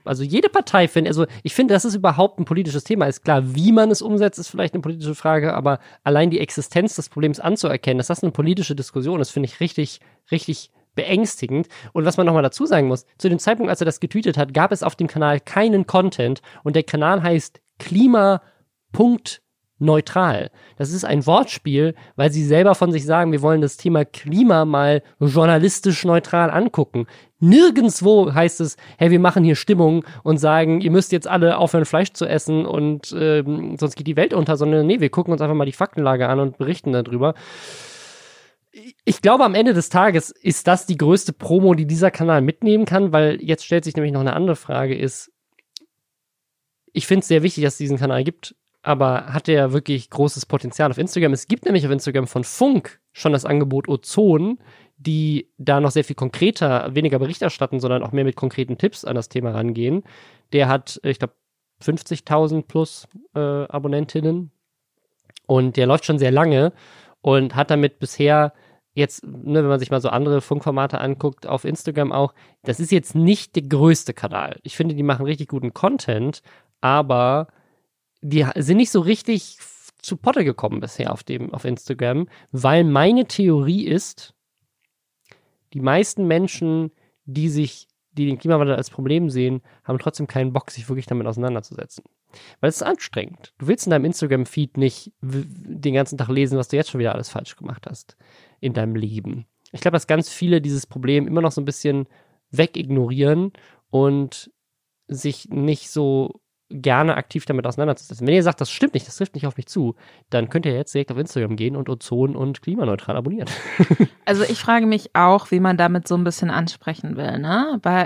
Also jede Partei ich finde, das ist überhaupt ein politisches Thema. Ist klar, wie man es umsetzt, ist vielleicht eine politische Frage, aber allein die Existenz des Problems anzuerkennen, dass das eine politische Diskussion ist, finde ich richtig, richtig beängstigend. Und was man nochmal dazu sagen muss, zu dem Zeitpunkt, als er das getweetet hat, gab es auf dem Kanal keinen Content und der Kanal heißt Klima.neutral. Das ist ein Wortspiel, weil sie selber von sich sagen, wir wollen das Thema Klima mal journalistisch neutral angucken. Nirgendwo heißt es, hey, wir machen hier Stimmung und sagen, ihr müsst jetzt alle aufhören, Fleisch zu essen und sonst geht die Welt unter, sondern nee, wir gucken uns einfach mal die Faktenlage an und berichten darüber. Ich glaube, am Ende des Tages ist das die größte Promo, die dieser Kanal mitnehmen kann, weil jetzt stellt sich nämlich noch eine andere Frage, ich finde es sehr wichtig, dass es diesen Kanal gibt, aber hat der wirklich großes Potenzial auf Instagram? Es gibt nämlich auf Instagram von Funk schon das Angebot Ozon, die da noch sehr viel konkreter, weniger Bericht erstatten, sondern auch mehr mit konkreten Tipps an das Thema rangehen. Der hat, ich glaube, 50.000 plus Abonnentinnen und der läuft schon sehr lange und hat damit bisher jetzt, wenn man sich mal so andere Funkformate anguckt, auf Instagram auch, das ist jetzt nicht der größte Kanal. Ich finde, die machen richtig guten Content, aber die sind nicht so richtig zu Potte gekommen bisher auf Instagram, weil meine Theorie ist, die meisten Menschen, die den Klimawandel als Problem sehen, haben trotzdem keinen Bock, sich wirklich damit auseinanderzusetzen. Weil es ist anstrengend. Du willst in deinem Instagram-Feed nicht den ganzen Tag lesen, was du jetzt schon wieder alles falsch gemacht hast in deinem Leben. Ich glaube, dass ganz viele dieses Problem immer noch so ein bisschen wegignorieren und sich nicht so gerne aktiv damit auseinanderzusetzen. Wenn ihr sagt, das stimmt nicht, das trifft nicht auf mich zu, dann könnt ihr jetzt direkt auf Instagram gehen und Ozon und klimaneutral abonnieren.
Also ich frage mich auch, wie man damit so ein bisschen ansprechen will, ne? Weil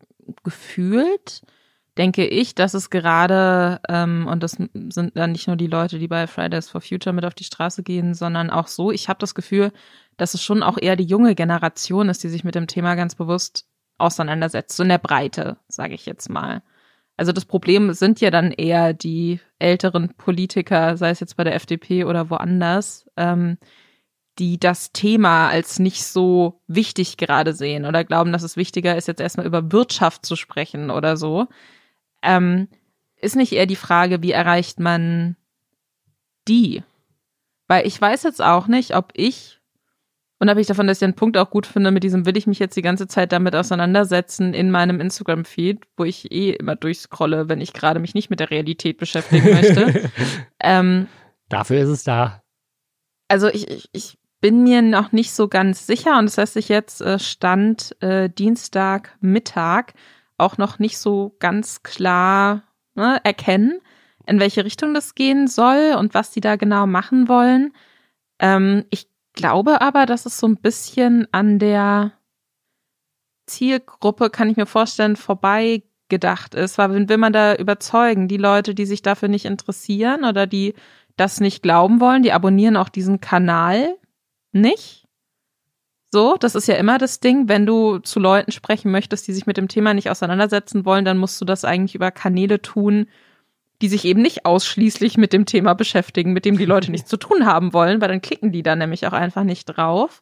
denke ich, dass es gerade, und das sind dann nicht nur die Leute, die bei Fridays for Future mit auf die Straße gehen, sondern auch so, ich habe das Gefühl, dass es schon auch eher die junge Generation ist, die sich mit dem Thema ganz bewusst auseinandersetzt, so in der Breite, sage ich jetzt mal. Also das Problem sind ja dann eher die älteren Politiker, sei es jetzt bei der FDP oder woanders, die das Thema als nicht so wichtig gerade sehen oder glauben, dass es wichtiger ist, jetzt erstmal über Wirtschaft zu sprechen oder so. Ist nicht eher die Frage, wie erreicht man die? Weil ich weiß jetzt auch nicht, ob ich, unabhängig davon, dass ich den Punkt auch gut finde, mit diesem will ich mich jetzt die ganze Zeit damit auseinandersetzen in meinem Instagram-Feed, wo ich immer durchscrolle, wenn ich gerade mich nicht mit der Realität beschäftigen möchte.
Dafür ist es da.
Also ich bin mir noch nicht so ganz sicher und das lässt sich jetzt Stand Dienstagmittag auch noch nicht so ganz klar erkennen, in welche Richtung das gehen soll und was die da genau machen wollen. Ich glaube aber, dass es so ein bisschen an der Zielgruppe, kann ich mir vorstellen, vorbei gedacht ist. Weil wen will man da überzeugen? Die Leute, die sich dafür nicht interessieren oder die das nicht glauben wollen, die abonnieren auch diesen Kanal nicht. So, das ist ja immer das Ding, wenn du zu Leuten sprechen möchtest, die sich mit dem Thema nicht auseinandersetzen wollen, dann musst du das eigentlich über Kanäle tun, die sich eben nicht ausschließlich mit dem Thema beschäftigen, mit dem die Leute nichts zu tun haben wollen, weil dann klicken die da nämlich auch einfach nicht drauf.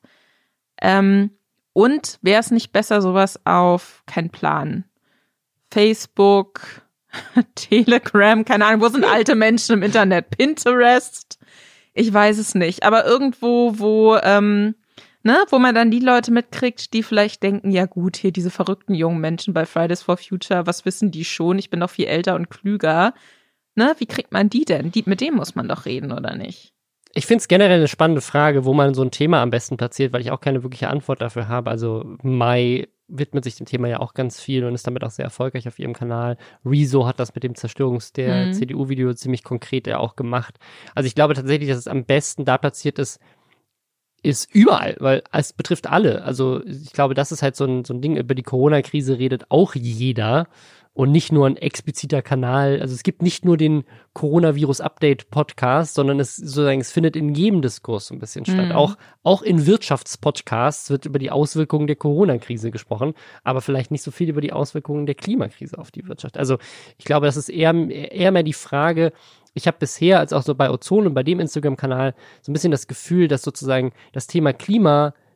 Und wäre es nicht besser, sowas auf, kein Plan, Facebook, Telegram, keine Ahnung, wo sind alte Menschen im Internet, Pinterest, ich weiß es nicht, aber irgendwo, wo man dann die Leute mitkriegt, die vielleicht denken, ja gut, hier diese verrückten jungen Menschen bei Fridays for Future, was wissen die schon? Ich bin doch viel älter und klüger. Ne, wie kriegt man die denn? Mit denen muss man doch reden, oder nicht?
Ich finde es generell eine spannende Frage, wo man so ein Thema am besten platziert, weil ich auch keine wirkliche Antwort dafür habe. Also Mai widmet sich dem Thema ja auch ganz viel und ist damit auch sehr erfolgreich auf ihrem Kanal. Rezo hat das mit dem der CDU-Video ziemlich konkret ja auch gemacht. Also ich glaube tatsächlich, dass es am besten da platziert ist überall, weil es betrifft alle. Also ich glaube, das ist halt so ein Ding, über die Corona-Krise redet auch jeder und nicht nur ein expliziter Kanal. Also es gibt nicht nur den Coronavirus-Update-Podcast, sondern es findet in jedem Diskurs so ein bisschen statt. Auch in Wirtschaftspodcasts wird über die Auswirkungen der Corona-Krise gesprochen, aber vielleicht nicht so viel über die Auswirkungen der Klimakrise auf die Wirtschaft. Also ich glaube, das ist eher mehr die Frage. Ich habe bisher, als auch so bei Ozon und bei dem Instagram-Kanal, so ein bisschen das Gefühl, dass sozusagen das Thema Klima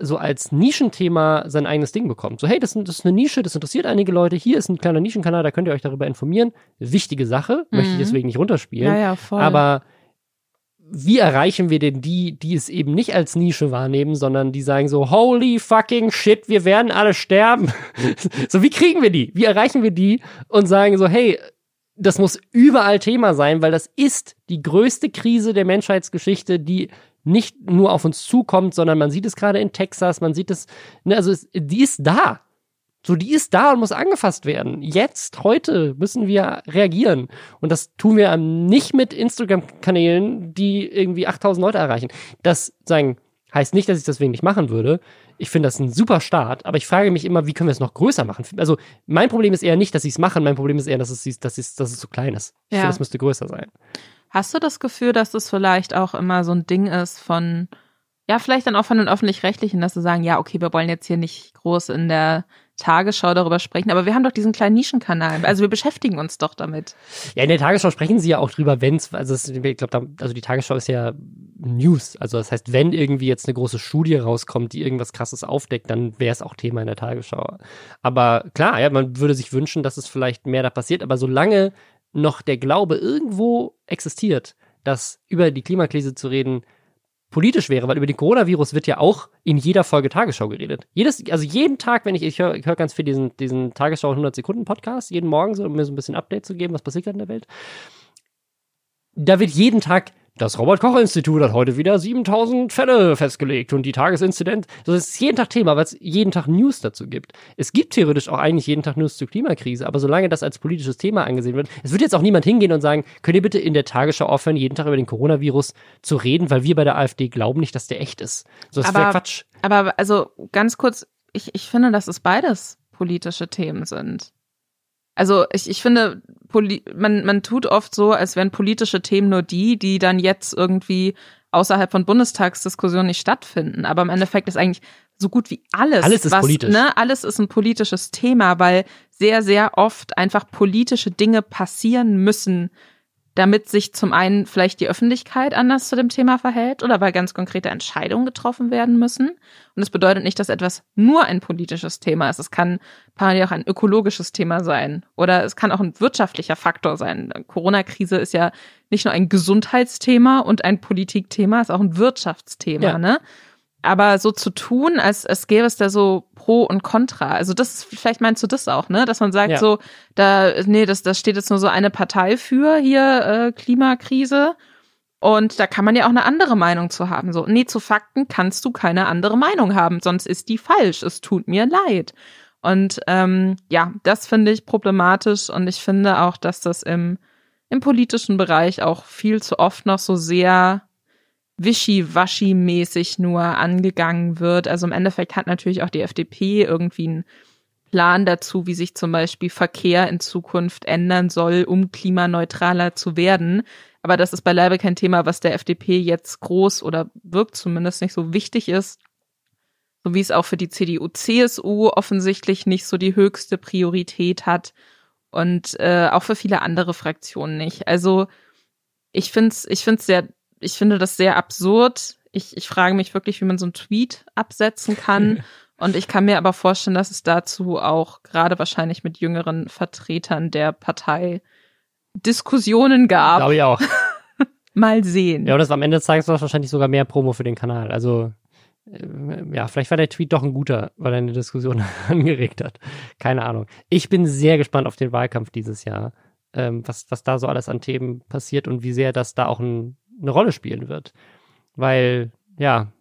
so als Nischenthema sein eigenes Ding bekommt. So, hey, das ist eine Nische, das interessiert einige Leute, hier ist ein kleiner Nischenkanal, da könnt ihr euch darüber informieren. Wichtige Sache, möchte ich deswegen nicht runterspielen.
Ja, voll.
Aber wie erreichen wir denn die es eben nicht als Nische wahrnehmen, sondern die sagen so, holy fucking shit, wir werden alle sterben. So, wie kriegen wir die? Wie erreichen wir die und sagen so, hey, das muss überall Thema sein, weil das ist die größte Krise der Menschheitsgeschichte, die nicht nur auf uns zukommt, sondern man sieht es gerade in Texas, man sieht es, ne, also die ist da. So, die ist da und muss angefasst werden. Jetzt, heute müssen wir reagieren. Und das tun wir nicht mit Instagram-Kanälen, die irgendwie 8000 Leute erreichen. Das heißt nicht, dass ich deswegen nicht machen würde. Ich finde das ein super Start, aber ich frage mich immer, wie können wir es noch größer machen? Also, mein Problem ist eher nicht, dass sie es machen, mein Problem ist eher, dass es so klein ist. Ich finde, es müsste größer sein.
Hast du das Gefühl, dass es vielleicht auch immer so ein Ding ist von, ja, vielleicht dann auch von den Öffentlich-Rechtlichen, dass sie sagen, ja, okay, wir wollen jetzt hier nicht groß in der Tagesschau darüber sprechen, aber wir haben doch diesen kleinen Nischenkanal, also wir beschäftigen uns doch damit.
Ja, in der Tagesschau sprechen sie ja auch drüber, ich glaube, die Tagesschau ist ja News, also das heißt, wenn irgendwie jetzt eine große Studie rauskommt, die irgendwas Krasses aufdeckt, dann wäre es auch Thema in der Tagesschau. Aber klar, ja, man würde sich wünschen, dass es vielleicht mehr da passiert, aber solange noch der Glaube irgendwo existiert, dass über die Klimakrise zu reden politisch wäre, weil über den Coronavirus wird ja auch in jeder Folge Tagesschau geredet. Jeden Tag, wenn ich höre ganz viel diesen Tagesschau 100-Sekunden-Podcast, jeden Morgen so, um mir so ein bisschen Update zu geben, was passiert gerade in der Welt. Da wird jeden Tag, das Robert-Koch-Institut hat heute wieder 7000 Fälle festgelegt und die Tagesinzidenz, das ist jeden Tag Thema, weil es jeden Tag News dazu gibt. Es gibt theoretisch auch eigentlich jeden Tag News zur Klimakrise, aber solange das als politisches Thema angesehen wird, es wird jetzt auch niemand hingehen und sagen, könnt ihr bitte in der Tagesschau aufhören, jeden Tag über den Coronavirus zu reden, weil wir bei der AfD glauben nicht, dass der echt ist. So, das wäre Quatsch.
Aber also ganz kurz, ich finde, dass es beides politische Themen sind. Also ich finde, man tut oft so, als wären politische Themen nur die dann jetzt irgendwie außerhalb von Bundestagsdiskussionen nicht stattfinden. Aber im Endeffekt ist eigentlich so gut wie alles
ist politisch.
Ne, alles ist ein politisches Thema, weil sehr, sehr oft einfach politische Dinge passieren müssen, damit sich zum einen vielleicht die Öffentlichkeit anders zu dem Thema verhält oder weil ganz konkrete Entscheidungen getroffen werden müssen. Und das bedeutet nicht, dass etwas nur ein politisches Thema ist. Es kann parallel auch ein ökologisches Thema sein oder es kann auch ein wirtschaftlicher Faktor sein. Corona-Krise ist ja nicht nur ein Gesundheitsthema und ein Politikthema, ist auch ein Wirtschaftsthema,
ja.
Ne? Aber so zu tun, als gäbe es da so Pro und Contra. Also das ist, vielleicht meinst du das auch, ne? Dass man sagt so, das steht jetzt nur so eine Partei für hier Klimakrise. Und da kann man ja auch eine andere Meinung zu haben. So, nee, zu Fakten kannst du keine andere Meinung haben, sonst ist die falsch. Es tut mir leid. Und das finde ich problematisch und ich finde auch, dass das im politischen Bereich auch viel zu oft noch so sehr wischiwaschi-mäßig nur angegangen wird. Also im Endeffekt hat natürlich auch die FDP irgendwie einen Plan dazu, wie sich zum Beispiel Verkehr in Zukunft ändern soll, um klimaneutraler zu werden. Aber das ist beileibe kein Thema, was der FDP jetzt groß oder wirkt zumindest nicht so wichtig ist. So wie es auch für die CDU, CSU offensichtlich nicht so die höchste Priorität hat und auch für viele andere Fraktionen nicht. Also ich finde das sehr absurd. Ich frage mich wirklich, wie man so einen Tweet absetzen kann. Und ich kann mir aber vorstellen, dass es dazu auch gerade wahrscheinlich mit jüngeren Vertretern der Partei Diskussionen gab.
Glaube ich auch.
Mal sehen.
Ja, und das war am Ende des Tages wahrscheinlich sogar mehr Promo für den Kanal. Also, vielleicht war der Tweet doch ein guter, weil er eine Diskussion angeregt hat. Keine Ahnung. Ich bin sehr gespannt auf den Wahlkampf dieses Jahr. Was da so alles an Themen passiert und wie sehr das da auch eine Rolle spielen wird. Weil, ja,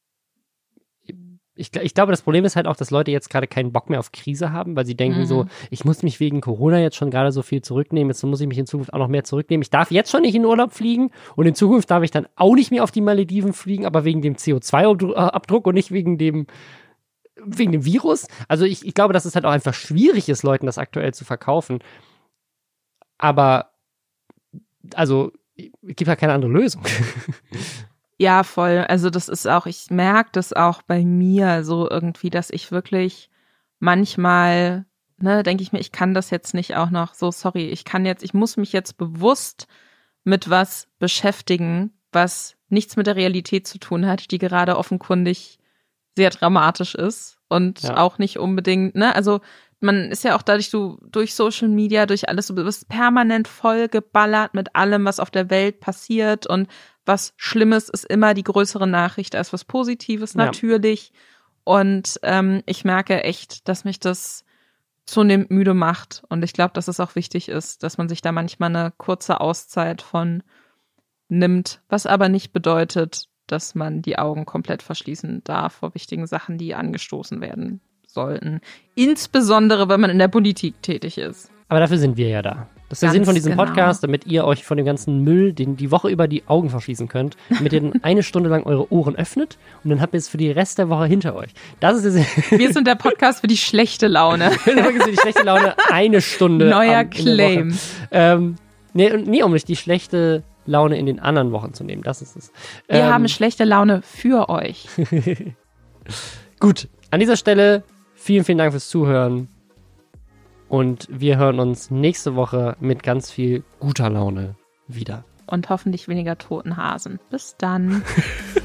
ich glaube, das Problem ist halt auch, dass Leute jetzt gerade keinen Bock mehr auf Krise haben, weil sie denken so, ich muss mich wegen Corona jetzt schon gerade so viel zurücknehmen, jetzt muss ich mich in Zukunft auch noch mehr zurücknehmen. Ich darf jetzt schon nicht in den Urlaub fliegen und in Zukunft darf ich dann auch nicht mehr auf die Malediven fliegen, aber wegen dem CO2-Abdruck und nicht wegen dem Virus. Also ich glaube, dass es halt auch einfach schwierig ist, Leuten das aktuell zu verkaufen. Aber, also, es gibt halt keine andere Lösung.
Ja, voll. Also das ist auch, ich merke das auch bei mir so irgendwie, dass ich wirklich manchmal, denke ich mir, ich kann das jetzt nicht auch noch so, sorry, ich muss mich jetzt bewusst mit was beschäftigen, was nichts mit der Realität zu tun hat, die gerade offenkundig sehr dramatisch ist und auch nicht unbedingt, ne, also man ist ja auch dadurch, durch Social Media, durch alles, du bist permanent voll geballert mit allem, was auf der Welt passiert und was Schlimmes ist immer die größere Nachricht als was Positives natürlich. Und ich merke echt, dass mich das zunehmend müde macht. Und ich glaube, dass es auch wichtig ist, dass man sich da manchmal eine kurze Auszeit von nimmt, was aber nicht bedeutet, dass man die Augen komplett verschließen darf vor wichtigen Sachen, die angestoßen werden sollten. Insbesondere, wenn man in der Politik tätig ist.
Aber dafür sind wir ja da. Das ist der Sinn von diesem Podcast, damit ihr euch von dem ganzen Müll, den die Woche über die Augen verschließen könnt, damit ihr dann eine Stunde lang eure Ohren öffnet und dann habt ihr es für die Rest der Woche hinter euch. Das ist
wir sind der Podcast für die schlechte Laune.
Für die schlechte Laune eine Stunde.
Neuer Claim.
Nee, um nicht die schlechte Laune in den anderen Wochen zu nehmen. Das ist es.
Wir haben schlechte Laune für euch.
Gut, an dieser Stelle vielen, vielen Dank fürs Zuhören. Und wir hören uns nächste Woche mit ganz viel guter Laune wieder.
Und hoffentlich weniger toten Hasen. Bis dann.